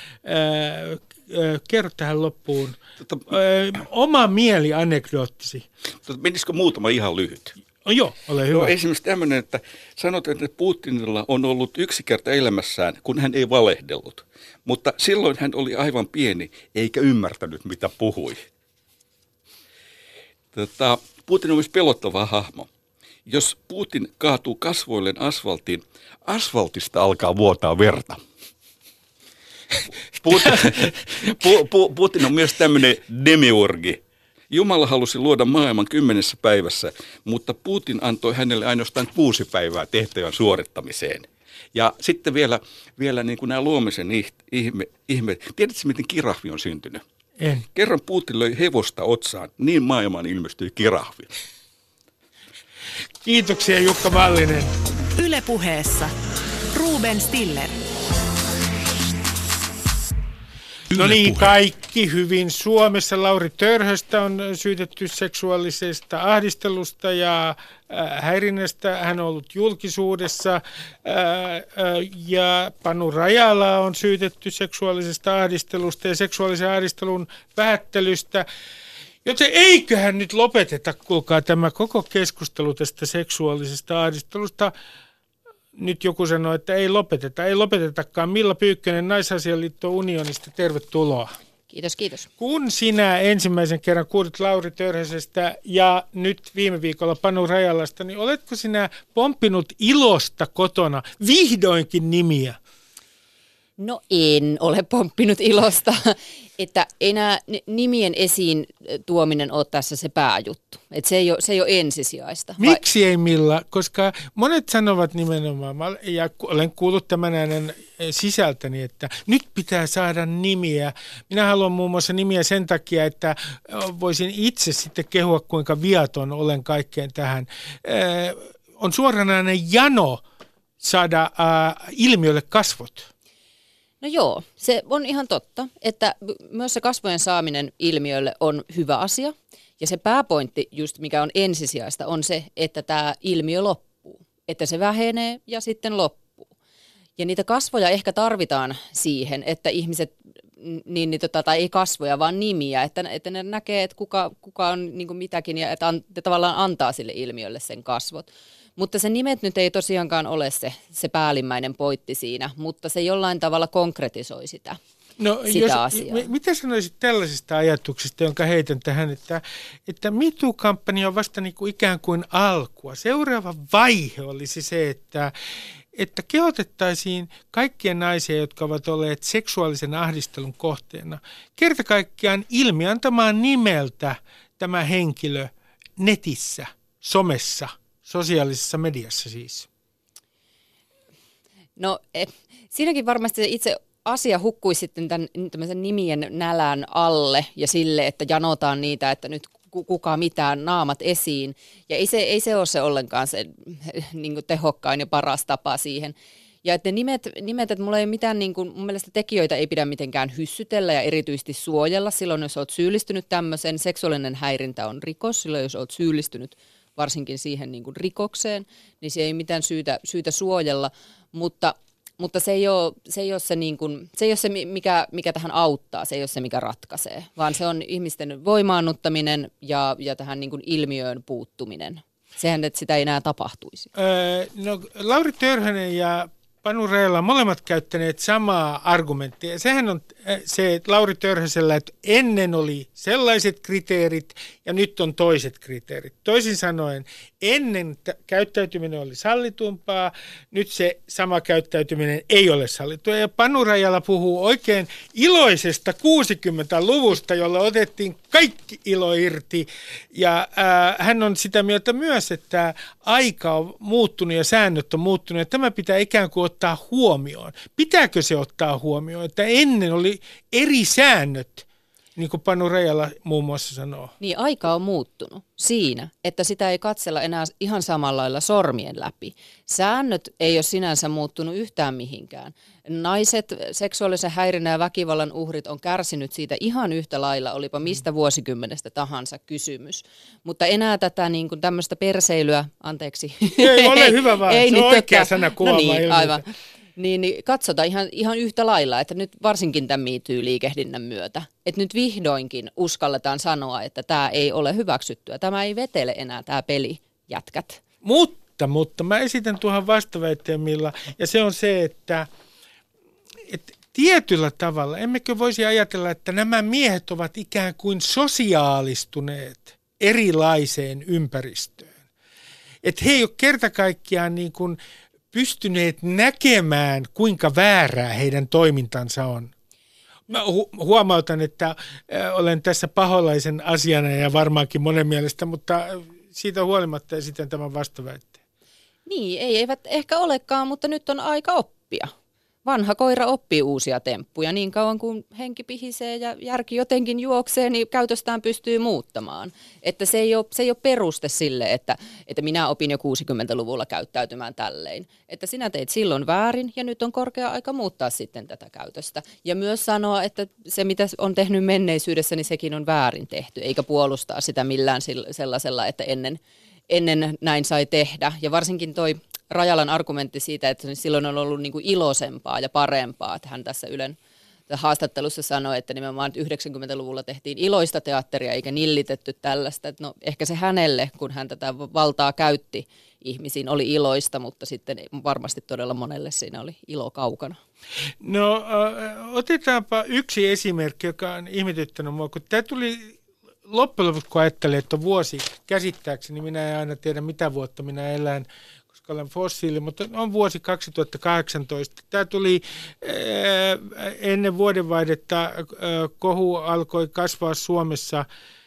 Kerro tähän loppuun tota, oma mieli-anekdoottisi. Tota, menisikö muutama ihan lyhyt? No joo, ole hyvä. No, esimerkiksi tämmöinen, että sanotaan, että Putinilla on ollut yksi kerta elämässään, kun hän ei valehdellut. Mutta silloin hän oli aivan pieni, eikä ymmärtänyt, mitä puhui. Tota, Putin on myös pelottava hahmo. Jos Putin kaatuu kasvoilleen asfaltiin, asfaltista alkaa vuotaa verta. Putin, pu, pu, Putin on myös tämmöinen demiurgi. Jumala halusi luoda maailman kymmenessä päivässä, mutta Putin antoi hänelle ainoastaan kuusi päivää tehtävän suorittamiseen. Ja sitten vielä, vielä niin kuin nämä luomisen ihme, ihme. Tiedätkö, miten kirahvi on syntynyt? En. Kerran Putin löi hevosta otsaan, niin maailmaan ilmestyi kirahvi. Kiitoksia Jukka Mallinen. Yle Puheessa Ruben Stiller. No niin, Yle Puhe. kaikki hyvin. Suomessa Lauri Törhöstä on syytetty seksuaalisesta ahdistelusta ja äh, häirinnästä. Hän on ollut julkisuudessa. Äh, äh, ja Panu Rajala on syytetty seksuaalisesta ahdistelusta ja seksuaalisen ahdistelun vähättelystä. Joten eiköhän nyt lopeteta, kuulkaa, tämä koko keskustelu tästä seksuaalisesta ahdistelusta. Nyt joku sanoo, että ei lopeteta, ei lopetetakaan. Milla Pyykkönen, Naisasialiitto Unionista, tervetuloa. Kiitos, kiitos. Kun sinä ensimmäisen kerran kuulit Lauri Törhösestä ja nyt viime viikolla Panu Rajalasta, niin oletko sinä pomppinut ilosta kotona vihdoinkin nimiä? No en ole pomppinut ilosta, että enää nimien esiin tuominen ole tässä se pääjuttu. Että se ei ole, se ei ole ensisijaista. Miksi ei Milla? Koska monet sanovat nimenomaan, ja olen kuullut tämän äänen sisältäni, että nyt pitää saada nimiä. Minä haluan muun muassa nimiä sen takia, että voisin itse sitten kehua, kuinka viaton olen kaikkeen tähän. On suoranainen jano saada ilmiölle kasvot. No joo, se on ihan totta, että myös se kasvojen saaminen ilmiölle on hyvä asia. Ja se pääpointti, just mikä on ensisijaista, on se, että tämä ilmiö loppuu. Että se vähenee ja sitten loppuu. Ja niitä kasvoja ehkä tarvitaan siihen, että ihmiset, niin, niin, tota, tai ei kasvoja, vaan nimiä, että, että ne näkee, että kuka, kuka on niin kuin mitäkin ja että, an, että tavallaan antaa sille ilmiölle sen kasvot. Mutta se nimet nyt ei tosiaankaan ole se, se päällimmäinen pointti siinä, mutta se jollain tavalla konkretisoi sitä, no, sitä jos, asiaa. M- mitä sanoisit tällaisesta ajatuksesta, jonka heitän tähän, että, että MeToo-kampanja on vasta niin kuin ikään kuin alkua. Seuraava vaihe olisi se, että, että kehotettaisiin kaikkia naisia, jotka ovat olleet seksuaalisen ahdistelun kohteena, kerta kaikkiaan ilmiantamaan nimeltä tämä henkilö netissä, somessa, sosiaalisessa mediassa siis. No eh, siinäkin varmasti se itse asia hukkui sitten tämän tämmöisen nimien nälän alle ja sille, että janotaan niitä, että nyt kuka mitään naamat esiin. Ja ei se, ei se ole se ollenkaan se niin kuin tehokkain ja paras tapa siihen. Ja että nimet, nimet että mulla ei ole mitään, niin kuin, mun mielestä tekijöitä ei pidä mitenkään hyssytellä ja erityisesti suojella. Silloin, jos olet syyllistynyt tämmöisen, seksuaalinen häirintä on rikos, silloin jos olet syyllistynyt varsinkin siihen niin kuin rikokseen, niin se ei mitään syytä, syytä suojella, mutta, mutta se ei ole se, ei ole se, niin kuin, se, ei ole se mikä, mikä tähän auttaa, se ei ole se, mikä ratkaisee, vaan se on ihmisten voimaannuttaminen ja, ja tähän niin kuin ilmiöön puuttuminen. Sehän, että sitä ei enää tapahtuisi. Öö, no, Lauri Törhönen ja Panu Rajala molemmat käyttäneet samaa argumenttia. Sehän on se, että Lauri Törhösellä, että ennen oli sellaiset kriteerit ja nyt on toiset kriteerit. Toisin sanoen, ennen t- käyttäytyminen oli sallitumpaa, nyt se sama käyttäytyminen ei ole sallittua. Ja Panu Rajala puhuu oikein iloisesta kuusikymmentäluvusta, jolla otettiin kaikki ilo irti. Ja ää, hän on sitä mieltä myös, että aika on muuttunut ja säännöt on muuttunut. Ja tämä pitää ikään kuin ottaa huomioon. Pitääkö se ottaa huomioon, että ennen oli eri säännöt, niin kuin Panu Rajala muun muassa sanoo? Niin, aika on muuttunut siinä, että sitä ei katsella enää ihan samalla lailla sormien läpi. Säännöt ei ole sinänsä muuttunut yhtään mihinkään. Naiset, seksuaalisen häirinnän ja väkivallan uhrit on kärsinyt siitä ihan yhtä lailla, olipa mistä vuosikymmenestä tahansa kysymys. Mutta enää tätä niin kuin tämmöistä perseilyä, anteeksi. Ei ole hyvä vaan, ei, se on niin, oikea tota, sana kuvaamaan no niin, ilmiötä. aivan. Niin, niin katsotaan ihan, ihan yhtä lailla, että nyt varsinkin tämän MeToo-liikehdinnän myötä, että nyt vihdoinkin uskalletaan sanoa, että tämä ei ole hyväksyttyä. Tämä ei vetele enää tämä peli, jätkät. Mutta, mutta mä esitän tuohon vastaväitteen, Milla, ja se on se, että, että tietyllä tavalla, emmekö voisi ajatella, että nämä miehet ovat ikään kuin sosiaalistuneet erilaiseen ympäristöön. Että he ei ole kerta kaikkiaan niin kuin pystyneet näkemään, kuinka väärää heidän toimintansa on. Mä hu- huomautan, että olen tässä paholaisen asiana ja varmaankin monen mielestä, mutta siitä huolimatta esitän tämän vastaväitteen. Niin, ei, eivät ehkä olekaan, mutta nyt on aika oppia. vanha koira oppii uusia temppuja. Niin kauan kuin henki pihisee ja järki jotenkin juoksee, niin käytöstään pystyy muuttamaan. Että se ei ole, se ei ole peruste sille, että, että minä opin jo kuusikymmentäluvulla käyttäytymään tälleen. Että sinä teit silloin väärin ja nyt on korkea aika muuttaa sitten tätä käytöstä. Ja myös sanoa, että se mitä on tehnyt menneisyydessä, niin sekin on väärin tehty, eikä puolustaa sitä millään sellaisella, että ennen, ennen näin sai tehdä. Ja varsinkin toi Rajalan argumentti siitä, että silloin on ollut niin kuin iloisempaa ja parempaa, että hän tässä Ylen haastattelussa sanoi, että nimenomaan yhdeksänkymmentäluvulla tehtiin iloista teatteria eikä nillitetty tällaista. Että no, ehkä se hänelle, kun hän tätä valtaa käytti ihmisiin, oli iloista, mutta sitten varmasti todella monelle siinä oli ilo kaukana. No äh, otetaanpa yksi esimerkki, joka on ihmetyttänyt mua, kun tämä tuli loppujen lopuksi, kun ajattelee, että on vuosi käsittääkseni, minä en aina tiedä mitä vuotta minä elän, koska olen fossiili, mutta on vuosi kaksituhattakahdeksantoista. Tämä tuli ää, ennen vuodenvaihdetta, ää, kohu alkoi kasvaa Suomessa.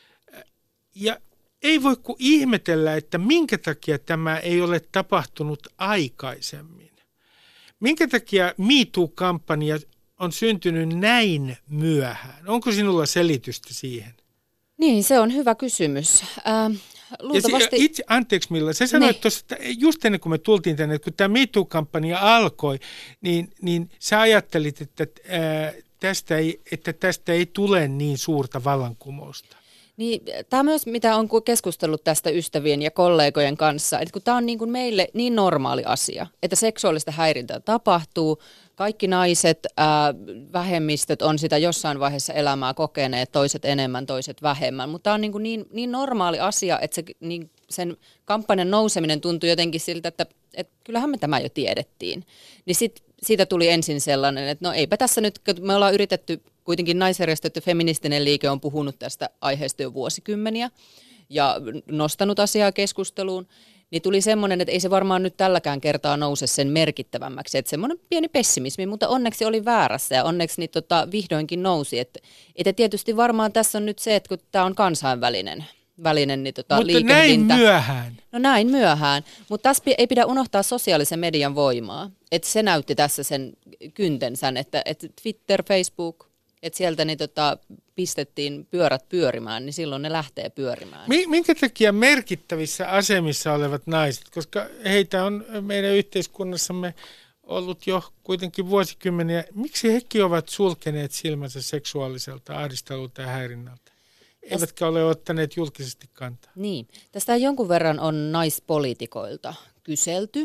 Ja ei voi kuin ihmetellä, että minkä takia tämä ei ole tapahtunut aikaisemmin. Minkä takia Me Too-kampanja on syntynyt näin myöhään? Onko sinulla selitystä siihen? Niin, se on hyvä kysymys. Ähm. Luultavasti... Ja itse, anteeksi Milla, sä sanoit tuossa, että just ennen kuin me tultiin tänne, että kun tämä Me Too-kampanja alkoi, niin, niin sä ajattelit, että, ää, tästä ei, että tästä ei tule niin suurta vallankumousta. Niin, tämä myös, mitä on keskustellut tästä ystävien ja kollegojen kanssa, että kun tämä on niin kuin meille niin normaali asia, että seksuaalista häirintää tapahtuu, kaikki naiset, ää, vähemmistöt on sitä jossain vaiheessa elämää kokeneet, toiset enemmän, toiset vähemmän, mutta tämä on niin, kuin niin, niin normaali asia, että se, niin sen kampanjan nouseminen tuntui jotenkin siltä, että, että kyllähän me tämä jo tiedettiin. Niin sit, siitä tuli ensin sellainen, että no eipä tässä nyt, kun me ollaan yritetty, kuitenkin naisjärjestöt ja feministinen liike on puhunut tästä aiheesta jo vuosikymmeniä ja nostanut asiaa keskusteluun, niin tuli semmoinen, että ei se varmaan nyt tälläkään kertaa nouse sen merkittävämmäksi. Että semmoinen pieni pessimismi, mutta onneksi oli väärässä ja onneksi niin tota, vihdoinkin nousi. Että, että tietysti varmaan tässä on nyt se, että kun tämä on kansainvälinen välinen niin tota, mutta liikehdintä. Näin myöhään. No näin myöhään, mutta tässä ei pidä unohtaa sosiaalisen median voimaa. Että se näytti tässä sen kyntensä, että, että Twitter, Facebook, että sieltä niin tota, pistettiin pyörät pyörimään, niin silloin ne lähtee pyörimään. Minkä takia merkittävissä asemissa olevat naiset, koska heitä on meidän yhteiskunnassamme ollut jo kuitenkin vuosikymmeniä, miksi hekin ovat sulkeneet silmänsä seksuaaliselta ahdistelulta ja häirinnältä? Eivätkä ole ottaneet julkisesti kantaa. Niin, tästä jonkun verran on naispoliitikoilta kyselty.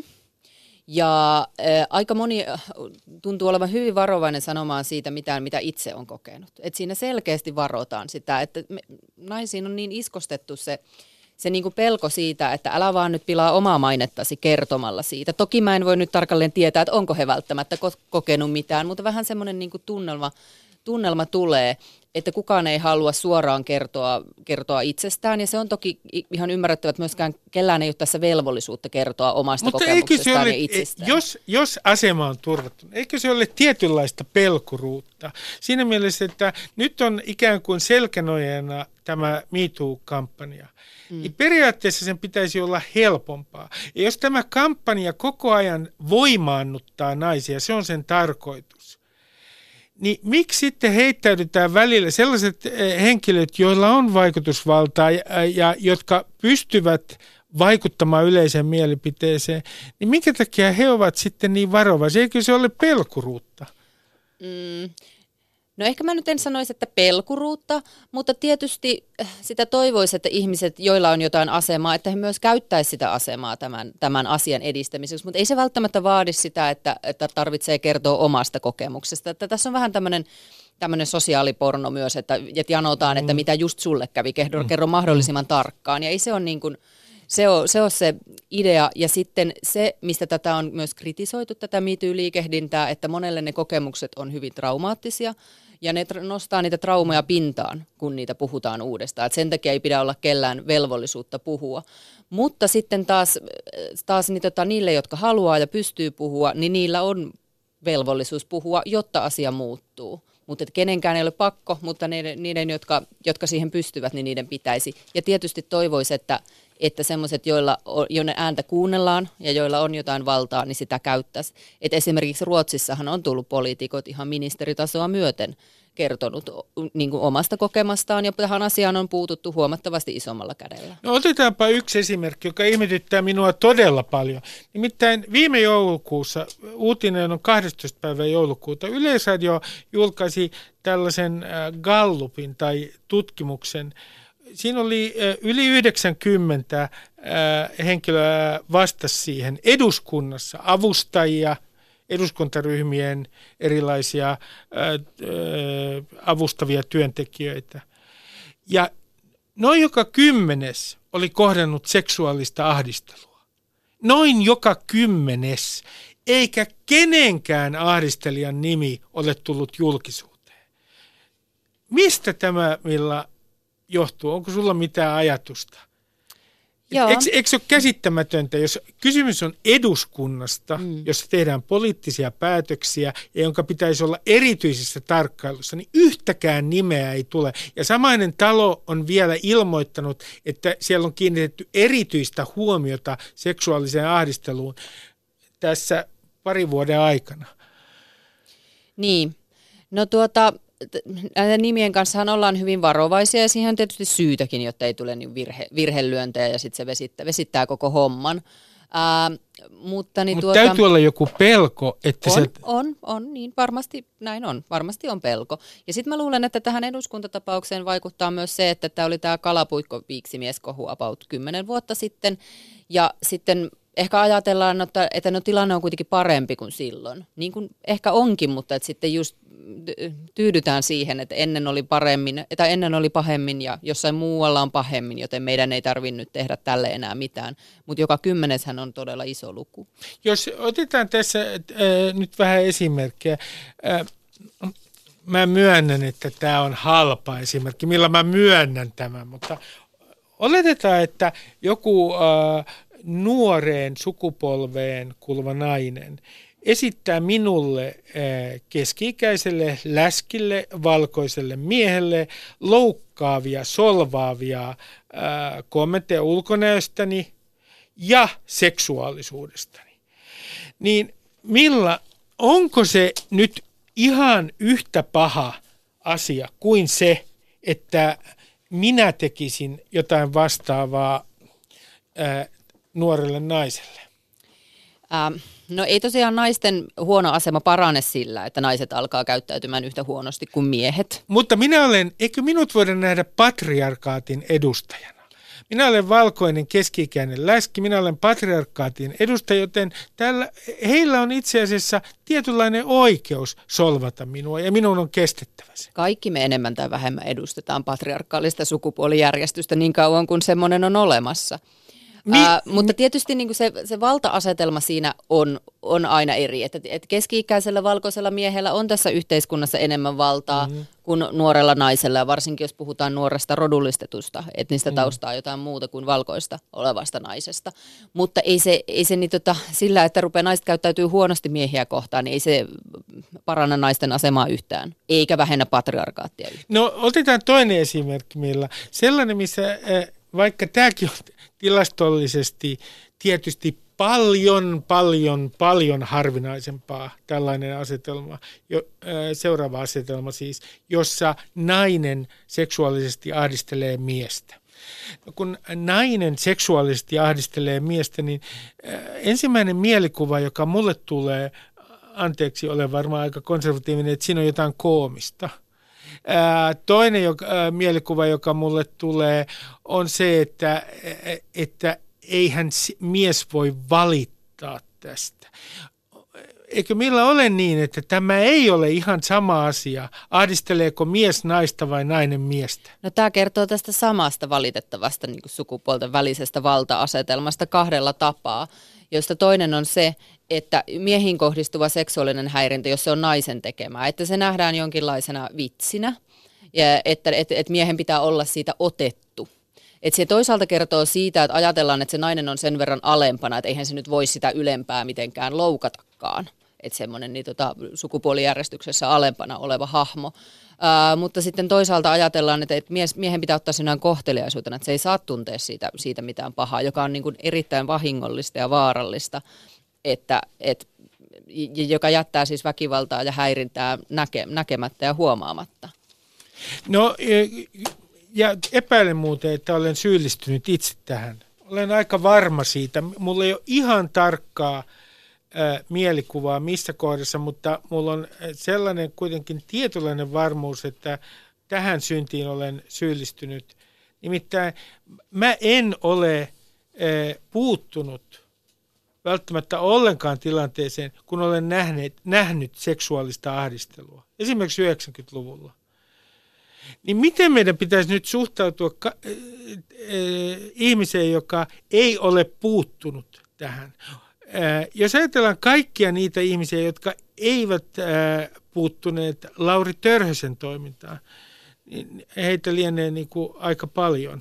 Ja ä, aika moni tuntuu olevan hyvin varovainen sanomaan siitä mitään, mitä itse on kokenut. Et siinä selkeästi varotaan sitä, että me, naisiin on niin iskostettu se, se niinku pelko siitä, että älä vaan nyt pilaa omaa mainettasi kertomalla siitä. Toki mä en voi nyt tarkalleen tietää, että onko he välttämättä ko- kokenut mitään, mutta vähän semmoinen niinku tunnelma, tunnelma tulee, että kukaan ei halua suoraan kertoa, kertoa itsestään, ja se on toki ihan ymmärrettävä, että myöskään kellään ei ole tässä velvollisuutta kertoa omasta mutta kokemuksestaan ole, ja itsestään. Jos, jos asema on turvattu, eikö se ole tietynlaista pelkuruutta? Siinä mielessä, että nyt on ikään kuin selkänojana tämä Me Too-kampanja. Mm. Niin periaatteessa sen pitäisi olla helpompaa. Ja jos tämä kampanja koko ajan voimaannuttaa naisia, se on sen tarkoitus. Niin miksi sitten heittäydytään välillä sellaiset henkilöt, joilla on vaikutusvaltaa ja, ja jotka pystyvät vaikuttamaan yleiseen mielipiteeseen, niin minkä takia he ovat sitten niin varovaisia? Eikö se ole pelkuruutta? Mm. No ehkä mä nyt en sanoisi, että pelkuruutta, mutta tietysti sitä toivoisi, että ihmiset, joilla on jotain asemaa, että he myös käyttäisivät sitä asemaa tämän, tämän asian edistämiseksi, mutta ei se välttämättä vaadi sitä, että, että tarvitsee kertoa omasta kokemuksesta. Että tässä on vähän tämmöinen tämmöinen sosiaaliporno myös, että, että janotaan, että mitä just sulle kävi, kerro, kerro mahdollisimman tarkkaan, ja ei se ole niin kuin Se on, se on se idea, ja sitten se, mistä tätä on myös kritisoitu, tätä Me Too-liikehdintää, että monelle ne kokemukset on hyvin traumaattisia, ja ne tra- nostaa niitä traumoja pintaan, kun niitä puhutaan uudestaan. Et sen takia ei pidä olla kellään velvollisuutta puhua. Mutta sitten taas, taas niin tota, niille, jotka haluaa ja pystyy puhua, niin niillä on velvollisuus puhua, jotta asia muuttuu. mutta et kenenkään ei ole pakko, mutta niiden, niiden jotka, jotka siihen pystyvät, niin niiden pitäisi. Ja tietysti toivoisi, että, että semmoiset, joilla joiden ääntä kuunnellaan ja joilla on jotain valtaa, niin sitä käyttäisi. Et esimerkiksi Ruotsissahan on tullut poliitikot ihan ministeritasoa myöten kertonut niin kuin omasta kokemastaan, ja tähän asiaan on puututtu huomattavasti isommalla kädellä. No otetaanpa yksi esimerkki, joka ihmetyttää minua todella paljon. Nimittäin viime joulukuussa, uutinen on kahdestoista päivä joulukuuta, Yleisradio julkaisi tällaisen Gallupin tai tutkimuksen. Siinä oli yli yhdeksänkymmentä henkilöä vastasi siihen eduskunnassa, avustajia, eduskuntaryhmien erilaisia ää, ää, avustavia työntekijöitä. Ja noin joka kymmenes oli kohdannut seksuaalista ahdistelua. Noin joka kymmenes, eikä kenenkään ahdistelijan nimi ole tullut julkisuuteen. Mistä tämä, Milla, johtuu? Onko sulla mitään ajatusta? Eikö, eikö se ole käsittämätöntä, jos kysymys on eduskunnasta, mm. jossa tehdään poliittisia päätöksiä ja jonka pitäisi olla erityisessä tarkkailussa, niin yhtäkään nimeä ei tule. Ja samainen talo on vielä ilmoittanut, että siellä on kiinnitetty erityistä huomiota seksuaaliseen ahdisteluun tässä parin vuoden aikana. Niin, no tuota... Näiden nimien kanssahan ollaan hyvin varovaisia ja siihen on tietysti syytäkin, jotta ei tule niin virhe, virhelyöntejä ja sitten se vesittää, vesittää koko homman. Ää, mutta niin Mut tuota, täytyy olla joku pelko, että on, se... On, on, niin varmasti näin on. Varmasti on pelko. Ja sitten mä luulen, että tähän eduskuntatapaukseen vaikuttaa myös se, että tämä oli tämä kalapuikko-viiksimieskohu about kymmenen vuotta sitten. Ja sitten ehkä ajatellaan, että, että no, tilanne on kuitenkin parempi kuin silloin. Niin kuin ehkä onkin, mutta että sitten just tyydytään siihen, että ennen oli paremmin, että ennen oli pahemmin ja jossain muualla on pahemmin, joten meidän ei tarvitse nyt tehdä tälle enää mitään. Mutta joka kymmeneshän on todella iso luku. Jos otetaan tässä äh, nyt vähän esimerkkejä. Äh, mä myönnän, että tämä on halpa esimerkki, millä mä myönnän tämän, mutta oletetaan, että joku äh, nuoreen sukupolveen kuuluva nainen esittää minulle keski-ikäiselle läskille, valkoiselle miehelle loukkaavia, solvaavia kommentteja ulkonäöstäni ja seksuaalisuudestani. Niin Milla, onko se nyt ihan yhtä paha asia kuin se, että minä tekisin jotain vastaavaa ää, nuorelle naiselle? Ähm. No ei tosiaan naisten huono asema parane sillä, että naiset alkaa käyttäytymään yhtä huonosti kuin miehet. Mutta minä olen, eikö minut voida nähdä patriarkaatin edustajana? Minä olen valkoinen keski-ikäinen läski, minä olen patriarkaatin edustaja, joten tällä, heillä on itse asiassa tietynlainen oikeus solvata minua ja minun on kestettävä se. Kaikki me enemmän tai vähemmän edustetaan patriarkaalista sukupuolijärjestystä niin kauan kuin semmoinen on olemassa. Mi- Ää, mutta tietysti niin kuin se, se valta-asetelma siinä on, on aina eri. Että, että keski-ikäisellä valkoisella miehellä on tässä yhteiskunnassa enemmän valtaa mm-hmm. kuin nuorella naisella. Ja varsinkin jos puhutaan nuoresta rodullistetusta, etnistä mm-hmm. taustaa jotain muuta kuin valkoista olevasta naisesta. Mutta ei se, ei se niin, tota, sillä, että rupeaa naiset käyttäytyy huonosti miehiä kohtaan, niin ei se paranna naisten asemaa yhtään. Eikä vähennä patriarkaattia yhtään. No otetaan toinen esimerkki, Milla. Sellainen, missä äh, vaikka tämäkin on tilastollisesti tietysti paljon, paljon, paljon harvinaisempaa tällainen asetelma, jo, äh, seuraava asetelma siis, jossa nainen seksuaalisesti ahdistelee miestä. No, kun nainen seksuaalisesti ahdistelee miestä, niin äh, ensimmäinen mielikuva, joka mulle tulee, anteeksi, olen varmaan aika konservatiivinen, että siinä on jotain koomista. Ää, toinen joka, ää, mielikuva, joka mulle tulee, on se, että, että eihän mies voi valittaa tästä. Eikö Milla ole niin, että tämä ei ole ihan sama asia? Ahdisteleeko mies naista vai nainen miestä? No tämä kertoo tästä samasta valitettavasta niin kuin sukupuolten välisestä valta-asetelmasta kahdella tapaa, josta toinen on se, että miehiin kohdistuva seksuaalinen häirintä, jos se on naisen tekemää, että se nähdään jonkinlaisena vitsinä, ja että, että, että miehen pitää olla siitä otettu. Että se toisaalta kertoo siitä, että ajatellaan, että se nainen on sen verran alempana, että eihän se nyt voi sitä ylempää mitenkään loukatakaan. että semmoinen niin tota, sukupuolijärjestyksessä alempana oleva hahmo. Ää, mutta sitten toisaalta ajatellaan, että, että mies, miehen pitää ottaa sinään kohteliaisuutena, että se ei saa tuntea siitä, siitä mitään pahaa, joka on niin kuin erittäin vahingollista ja vaarallista, että, et, joka jättää siis väkivaltaa ja häirintää näke, näkemättä ja huomaamatta. No ja epäilen muuten, että olen syyllistynyt itse tähän. Olen aika varma siitä. Mulla ei ole ihan tarkkaa ää, mielikuvaa missä kohdassa, mutta mulla on sellainen kuitenkin tietynlainen varmuus, että tähän syntiin olen syyllistynyt. Nimittäin mä en ole ää, puuttunut välttämättä ollenkaan tilanteeseen, kun olen nähnyt, nähnyt seksuaalista ahdistelua. Esimerkiksi yhdeksänkymmentäluvulla. Niin miten meidän pitäisi nyt suhtautua ka- äh, äh, ihmiseen, joka ei ole puuttunut tähän? Äh, jos ajatellaan kaikkia niitä ihmisiä, jotka eivät äh, puuttuneet Lauri Törhösen toimintaan, niin heitä lienee niin kuin aika paljon.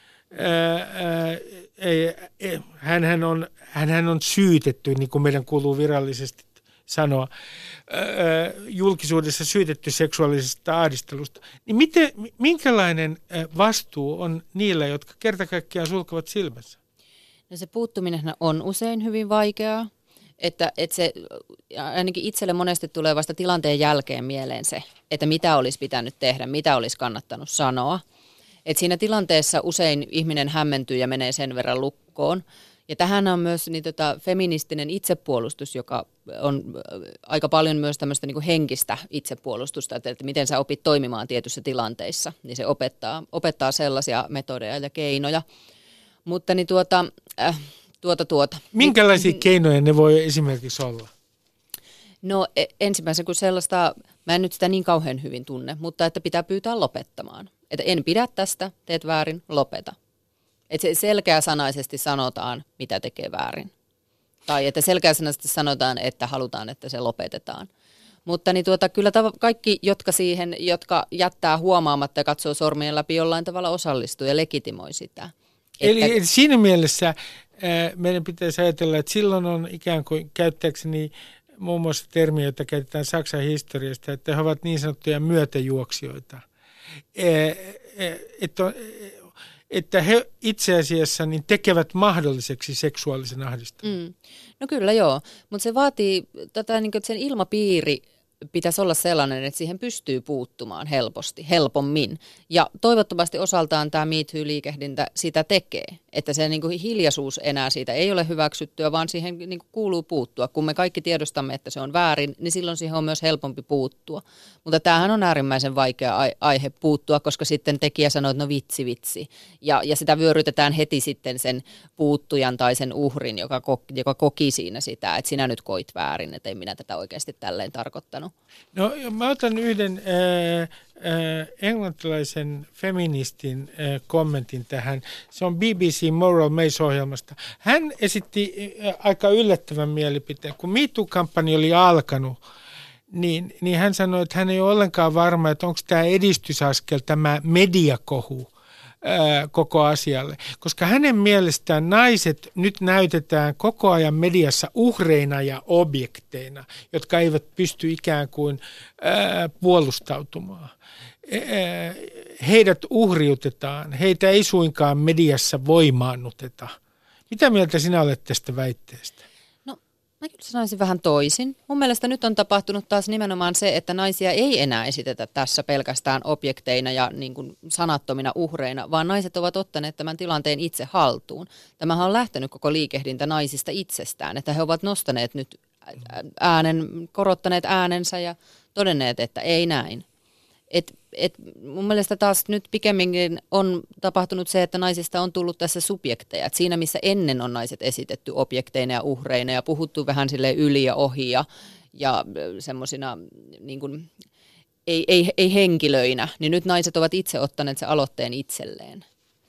Hänhän on, hänhän on syytetty, niin kuin meidän kuuluu virallisesti sanoa, julkisuudessa syytetty seksuaalisesta ahdistelusta. Niin miten, minkälainen vastuu on niillä, jotka kerta kaikkiaan sulkevat silmänsä? No se puuttuminen on usein hyvin vaikeaa, että, että se ainakin itselle monesti tulee vasta tilanteen jälkeen mieleen se, että mitä olisi pitänyt tehdä, mitä olisi kannattanut sanoa. Et siinä tilanteessa usein ihminen hämmentyy ja menee sen verran lukkoon. Ja tähän on myös niin tota, feministinen itsepuolustus, joka on aika paljon myös tämmöistä niin kuin henkistä itsepuolustusta, että, että miten sä opit toimimaan tietyissä tilanteissa, niin se opettaa, opettaa sellaisia metodeja ja keinoja. Mutta niin tuota, äh, tuota, tuota. Minkälaisia Nyt, keinoja ne voi esimerkiksi olla? No ensimmäisen kuin sellaista, mä en nyt sitä niin kauhean hyvin tunne, mutta että pitää pyytää lopettamaan. Että en pidä tästä, teet väärin, lopeta. Että se selkeäsanaisesti sanotaan, mitä tekee väärin. Tai että selkeäsanaisesti sanotaan, että halutaan, että se lopetetaan. Mutta niin tuota, kyllä tav- kaikki, jotka siihen, jotka jättää huomaamatta ja katsoo sormien läpi, jollain tavalla osallistuu ja legitimoi sitä. Eli että siinä mielessä äh, meidän pitäisi ajatella, että silloin on ikään kuin käyttääkseni muun muassa termiä, jota käytetään Saksan historiasta, että he ovat niin sanottuja myötäjuoksijoita. Että, että he itse asiassa niin tekevät mahdolliseksi seksuaalisen ahdistelun. Mm. No kyllä joo, mutta se vaatii tätä, niin kuin, että sen ilmapiiri pitäisi olla sellainen, että siihen pystyy puuttumaan helposti, helpommin. Ja toivottavasti osaltaan tämä Me Too-liikehdintä sitä tekee, että se niin kuin hiljaisuus enää siitä ei ole hyväksyttyä, vaan siihen niin kuin kuuluu puuttua. Kun me kaikki tiedostamme, että se on väärin, niin silloin siihen on myös helpompi puuttua. Mutta tämähän on äärimmäisen vaikea aihe puuttua, koska sitten tekijä sanoo, että no vitsi, vitsi. Ja, ja sitä vyörytetään heti sitten sen puuttujan tai sen uhrin, joka, ko, joka koki siinä sitä, että sinä nyt koit väärin, että ei minä tätä oikeasti tälleen tarkoittanut. No mä otan yhden äh, äh, englantilaisen feministin äh, kommentin tähän. Se on B B C Moral Maze-ohjelmasta. Hän esitti äh, aika yllättävän mielipiteen. Kun Me Too-kampanja oli alkanut, niin, niin hän sanoi, että hän ei ole ollenkaan varma, että onko tämä edistysaskel, tämä mediakohu koko asialle. Koska hänen mielestään naiset nyt näytetään koko ajan mediassa uhreina ja objekteina, jotka eivät pysty ikään kuin ää, puolustautumaan. Ää, heidät uhriutetaan, heitä ei suinkaan mediassa voimaannuteta. Mitä mieltä sinä olet tästä väitteestä? Mä kyllä sanoisin vähän toisin. Mun mielestä nyt on tapahtunut taas nimenomaan se, että naisia ei enää esitetä tässä pelkästään objekteina ja niin kuin sanattomina uhreina, vaan naiset ovat ottaneet tämän tilanteen itse haltuun. Tämähän on lähtenyt koko liikehdintä naisista itsestään, että he ovat nostaneet nyt äänen, korottaneet äänensä ja todenneet, että ei näin. Et, et mun mielestä taas nyt pikemminkin on tapahtunut se, että naisista on tullut tässä subjekteja. Et siinä missä ennen on naiset esitetty objekteina ja uhreina ja puhuttu vähän sille yli ja ohi ja, ja semmoisina niin kuin, ei, ei, ei henkilöinä, niin nyt naiset ovat itse ottaneet sen aloitteen itselleen.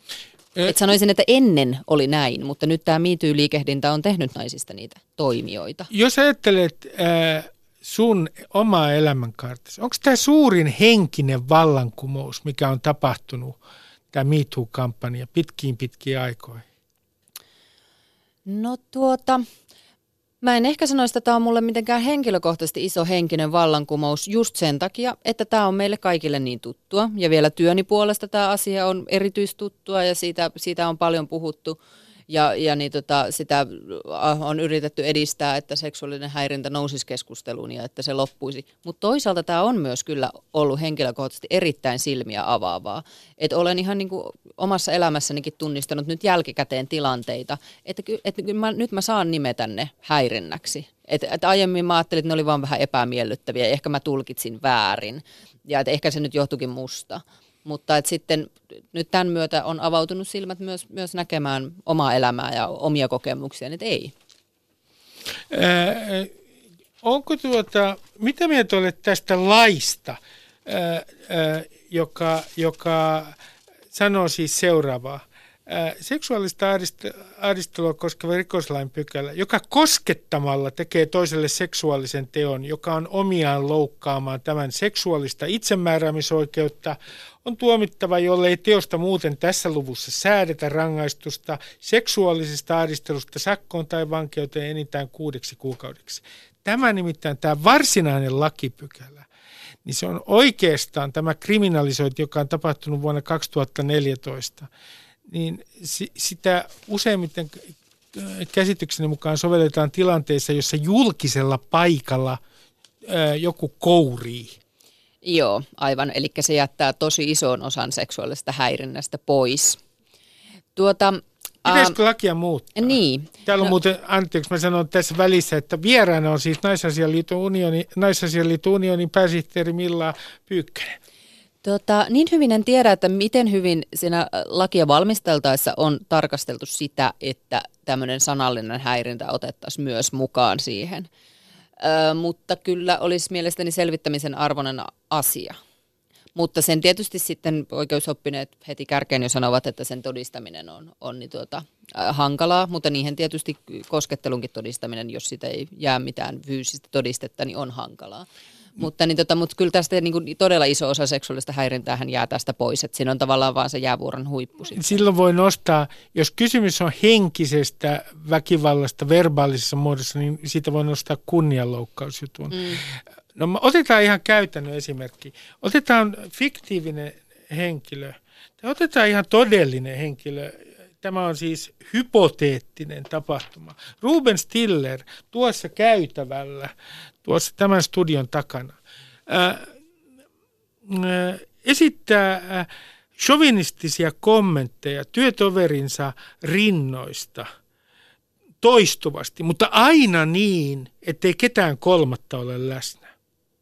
Et sanoisin, että ennen oli näin, mutta nyt tämä Me Too-liikehdintä on tehnyt naisista niitä toimijoita. Jos ajattelet Äh... sun omaa elämänkaartasi. Onko tämä suurin henkinen vallankumous, mikä on tapahtunut, tämä Me Too-kampanja, pitkiin pitkiin aikoihin? No tuota, Mä en ehkä sanoisi, että tämä on mulle mitenkään henkilökohtaisesti iso henkinen vallankumous just sen takia, että tämä on meille kaikille niin tuttua. Ja vielä työni puolesta tämä asia on erityistuttua ja siitä, siitä on paljon puhuttu. Ja, ja niin tota, sitä on yritetty edistää, että seksuaalinen häirintä nousisi keskusteluun ja että se loppuisi. Mutta toisaalta tämä on myös kyllä ollut henkilökohtaisesti erittäin silmiä avaavaa. Että olen ihan niin kuin omassa elämässänikin tunnistanut nyt jälkikäteen tilanteita, että, että mä, nyt mä saan nimetä ne häirinnäksi. Että et aiemmin mä ajattelin, että ne oli vaan vähän epämiellyttäviä ja ehkä mä tulkitsin väärin ja että ehkä se nyt johtuikin musta. Mutta et sitten nyt tämän myötä on avautunut silmät myös, myös näkemään omaa elämää ja omia kokemuksia, että ei. Ää, onko tuota, mitä mieltä olet tästä laista, ää, ää, joka, joka sanoo siis seuraavaa? Ää, seksuaalista ahdistelua koskeva rikoslain pykälä, joka koskettamalla tekee toiselle seksuaalisen teon, joka on omiaan loukkaamaan tämän seksuaalista itsemääräämisoikeutta, on tuomittava, jollei teosta muuten tässä luvussa säädetä rangaistusta seksuaalisesta ahdistelusta sakkoon tai vankeuteen enintään kuudeksi kuukaudeksi. Tämä nimittäin, tämä varsinainen lakipykälä, niin se on oikeastaan tämä kriminalisointi, joka on tapahtunut vuonna kaksituhattaneljätoista, niin sitä useimmiten käsitykseni mukaan sovelletaan tilanteessa, jossa julkisella paikalla ää, joku kourii. Joo, aivan. Eli se jättää tosi ison osan seksuaalisesta häirinnästä pois. Tuota, Pitäisikö lakia muuttaa? Niin. Täällä on no, muuten, anteeksi mä sanon tässä välissä, että vieraana on siis Naisasialiiton unioni, Naisasialiiton unionin pääsihteeri Milla Pyykkänen. Tota, niin hyvin en tiedä, että miten hyvin siinä lakia valmisteltaessa on tarkasteltu sitä, että tämmöinen sanallinen häirintä otettaisiin myös mukaan siihen. Ö, mutta kyllä olisi mielestäni selvittämisen arvoinen asia. Mutta sen tietysti sitten oikeusoppineet heti kärkeen jo sanovat, että sen todistaminen on, on niin tuota, äh, hankalaa, mutta niihin tietysti koskettelunkin todistaminen, jos sitä ei jää mitään fyysistä todistetta, niin on hankalaa. Mm. Mutta, niin tota, mutta kyllä tästä niin kuin todella iso osa seksuaalista häirintäähän jää tästä pois, että siinä on tavallaan vaan se jäävuoren huippu. Sitten. Silloin voi nostaa, jos kysymys on henkisestä väkivallasta verbaalisessa muodossa, niin siitä voi nostaa kunnianloukkausjutun. Mm. No otetaan ihan käytännön esimerkki. Otetaan fiktiivinen henkilö, tai otetaan ihan todellinen henkilö. Tämä on siis hypoteettinen tapahtuma. Ruben Stiller tuossa käytävällä, tuossa tämän studion takana, ää, ää, esittää ää, chauvinistisia kommentteja työtoverinsa rinnoista toistuvasti, mutta aina niin, ettei ketään kolmatta ole läsnä.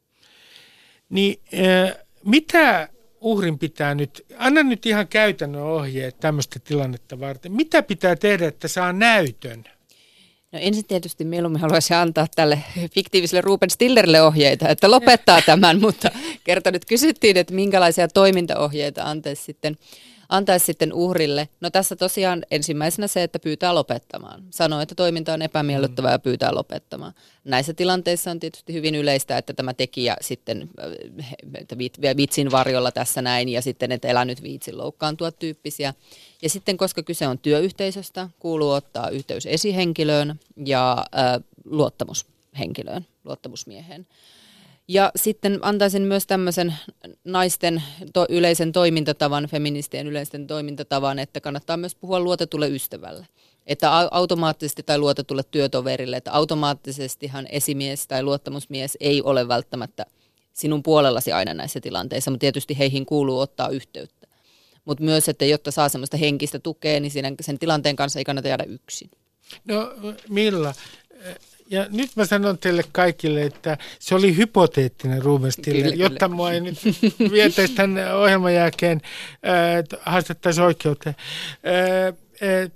Niin äh, mitä uhrin pitää nyt, anna nyt ihan käytännön ohjeet tämmöistä tilannetta varten. Mitä pitää tehdä, että saa näytön? No ensin tietysti mieluummin haluaisin antaa tälle fiktiiviselle Ruben Stillerille ohjeita, että lopettaa tämän, mutta kerta nyt kysyttiin, että minkälaisia toimintaohjeita antaisi sitten, antaisi sitten uhrille. No tässä tosiaan ensimmäisenä se, että pyytää lopettamaan. Sanoo, että toiminta on epämiellyttävää ja pyytää lopettamaan. Näissä tilanteissa on tietysti hyvin yleistä, että tämä tekijä sitten että vitsin varjolla tässä näin ja sitten, että elä nyt viitsin loukkaantua tyyppisiä. Ja sitten, koska kyse on työyhteisöstä, kuuluu ottaa yhteys esihenkilöön ja äh, luottamushenkilöön, luottamusmieheen. Ja sitten antaisin myös tämmöisen naisten to- yleisen toimintatavan, feministien yleisen toimintatavan, että kannattaa myös puhua luotetulle ystävälle. Että automaattisesti tai luotetulle työtoverille, että automaattisestihan esimies tai luottamusmies ei ole välttämättä sinun puolellasi aina näissä tilanteissa, mutta tietysti heihin kuuluu ottaa yhteyttä. Mutta myös, että jotta saa semmoista henkistä tukea, niin siinä sen tilanteen kanssa ei kannata jäädä yksin. No Milla, ja nyt mä sanon teille kaikille, että se oli hypoteettinen Ruben Stiller, kyllä, jotta kyllä. Mua ei nyt vietäisi tämän ohjelman jälkeen äh, haastettaisiin oikeuteen. Äh, äh,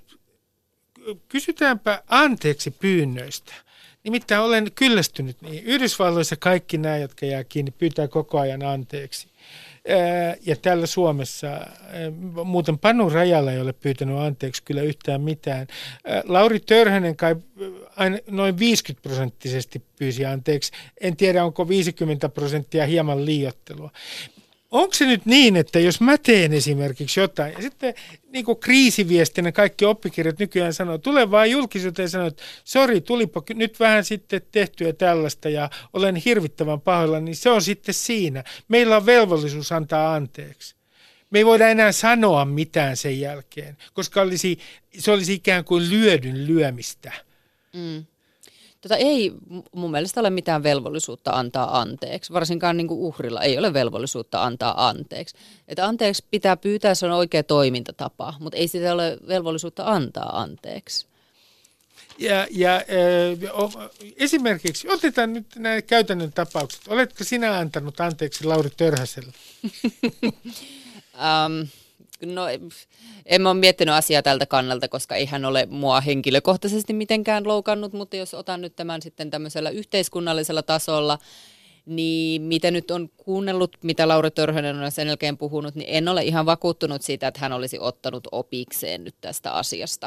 kysytäänpä anteeksi pyynnöistä. Nimittäin olen kyllästynyt niin. Yhdysvalloissa kaikki nämä, jotka jää kiinni, pyytää koko ajan anteeksi. Ja täällä Suomessa, muuten Panu Rajala ei ole pyytänyt anteeksi kyllä yhtään mitään. Lauri Törhönen kai noin viisikymmentä prosenttisesti pyysi anteeksi. En tiedä, onko viisikymmentä prosenttia hieman liioittelua. onko se nyt niin, että jos mä teen esimerkiksi jotain, ja sitten niin kuin kriisiviestinä kaikki oppikirjat nykyään sanoo, tulee vaan julkisuuteen ja sanoo, että sori, tulipa nyt vähän sitten tehtyä tällaista ja olen hirvittävän pahoilla, niin se on sitten siinä. Meillä on velvollisuus antaa anteeksi. Me ei voida enää sanoa mitään sen jälkeen, koska olisi, se olisi ikään kuin lyödyn lyömistä. Mm. Tota, ei mun mielestä ole mitään velvollisuutta antaa anteeksi, varsinkaan niin kuin uhrilla ei ole velvollisuutta antaa anteeksi. Että anteeksi pitää pyytää, se on oikea toimintatapa, mutta ei sitä ole velvollisuutta antaa anteeksi. Ja, ja äh, esimerkiksi, otetaan nyt nämä käytännön tapaukset. Oletko sinä antanut anteeksi Lauri Törhäselle? um, no en mä ole miettinyt asiaa tältä kannalta, koska ei hän ole mua henkilökohtaisesti mitenkään loukannut, mutta jos otan nyt tämän sitten tämmöisellä yhteiskunnallisella tasolla, niin mitä nyt on kuunnellut, mitä Lauri Törhönen on sen jälkeen puhunut, niin en ole ihan vakuuttunut siitä, että hän olisi ottanut opikseen nyt tästä asiasta.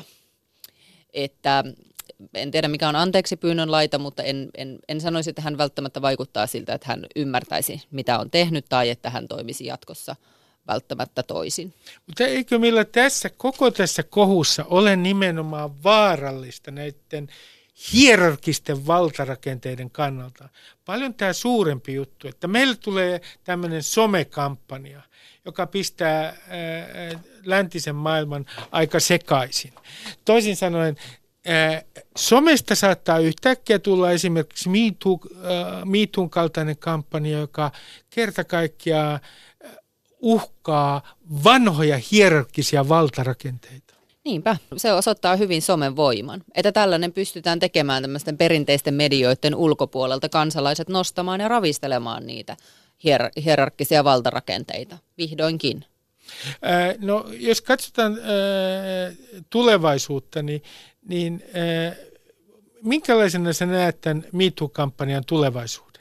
Että en tiedä mikä on anteeksi pyynnön laita, mutta en, en, en sanoisi, että hän välttämättä vaikuttaa siltä, että hän ymmärtäisi mitä on tehnyt tai että hän toimisi jatkossa välttämättä toisin. Mutta eikö millä tässä, koko tässä kohussa ole nimenomaan vaarallista näiden hierarkisten valtarakenteiden kannalta? Paljon tämä suurempi juttu, että meille tulee tämmöinen somekampanja, joka pistää ää, läntisen maailman aika sekaisin. Toisin sanoen, ää, somesta saattaa yhtäkkiä tulla esimerkiksi Me Toon kaltainen kampanja, joka kerta kaikkiaan uhkaa vanhoja hierarkkisia valtarakenteita. Niinpä, se osoittaa hyvin somen voiman, että tällainen pystytään tekemään tämmöisten perinteisten medioiden ulkopuolelta kansalaiset nostamaan ja ravistelemaan niitä hier- hierarkkisia valtarakenteita, vihdoinkin. Ää, no jos katsotaan ää, tulevaisuutta, niin, niin ää, minkälaisena sä näet tämän Me Too-kampanjan tulevaisuuden?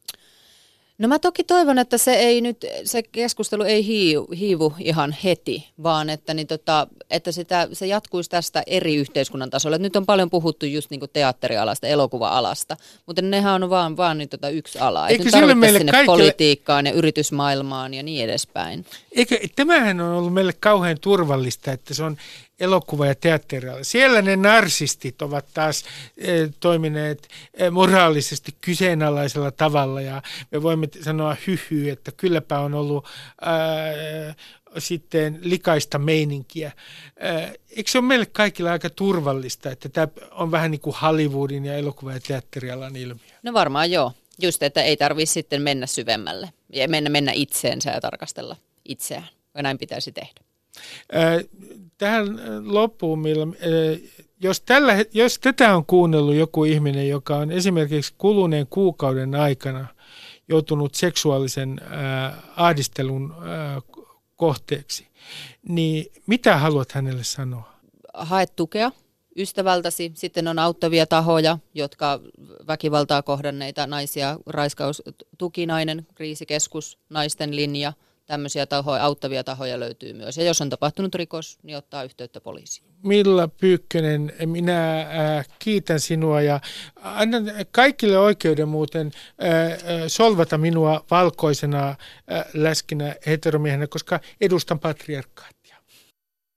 No mä toki toivon, että se ei nyt, se keskustelu ei hiivu, hiivu ihan heti, vaan että, niin tota, että sitä, se jatkuisi tästä eri yhteiskunnan tasolla. Et nyt on paljon puhuttu just niin kuin teatterialasta, elokuva-alasta, mutta nehän on vaan, vaan niin tota yksi ala. Eikö nyt tarvittaisiin sinne kaikille politiikkaan ja yritysmaailmaan ja niin edespäin. Eikö, tämähän on ollut meille kauhean turvallista, että se on elokuva- ja teatteriala. Siellä ne narsistit ovat taas e, toimineet e, moraalisesti kyseenalaisella tavalla ja me voimme sanoa hyhy, että kylläpä on ollut ää, sitten likaista meininkiä. Ää, eikö se ole meille kaikille aika turvallista, että tämä on vähän niin kuin Hollywoodin ja elokuva- ja teatterialan ilmiö? No varmaan joo. Just, että ei tarvitse sitten mennä syvemmälle ja mennä, mennä itseensä ja tarkastella itseään. Ja näin pitäisi tehdä. Tähän loppuun, millä, jos, tällä, jos tätä on kuunnellut joku ihminen, joka on esimerkiksi kuluneen kuukauden aikana joutunut seksuaalisen ää, ahdistelun ää, kohteeksi, niin mitä haluat hänelle sanoa? Hae tukea ystävältäsi. Sitten on auttavia tahoja, jotka väkivaltaa kohdanneita naisia, raiskaus, tukinainen, kriisikeskus, naisten linja. Tämmöisiä tahoja, auttavia tahoja löytyy myös. Ja jos on tapahtunut rikos, niin ottaa yhteyttä poliisiin. Milla Pyykkönen, minä äh, kiitän sinua ja annan kaikille oikeuden muuten äh, solvata minua valkoisena äh, läskinä heteromiehenä, koska edustan patriarkkaata.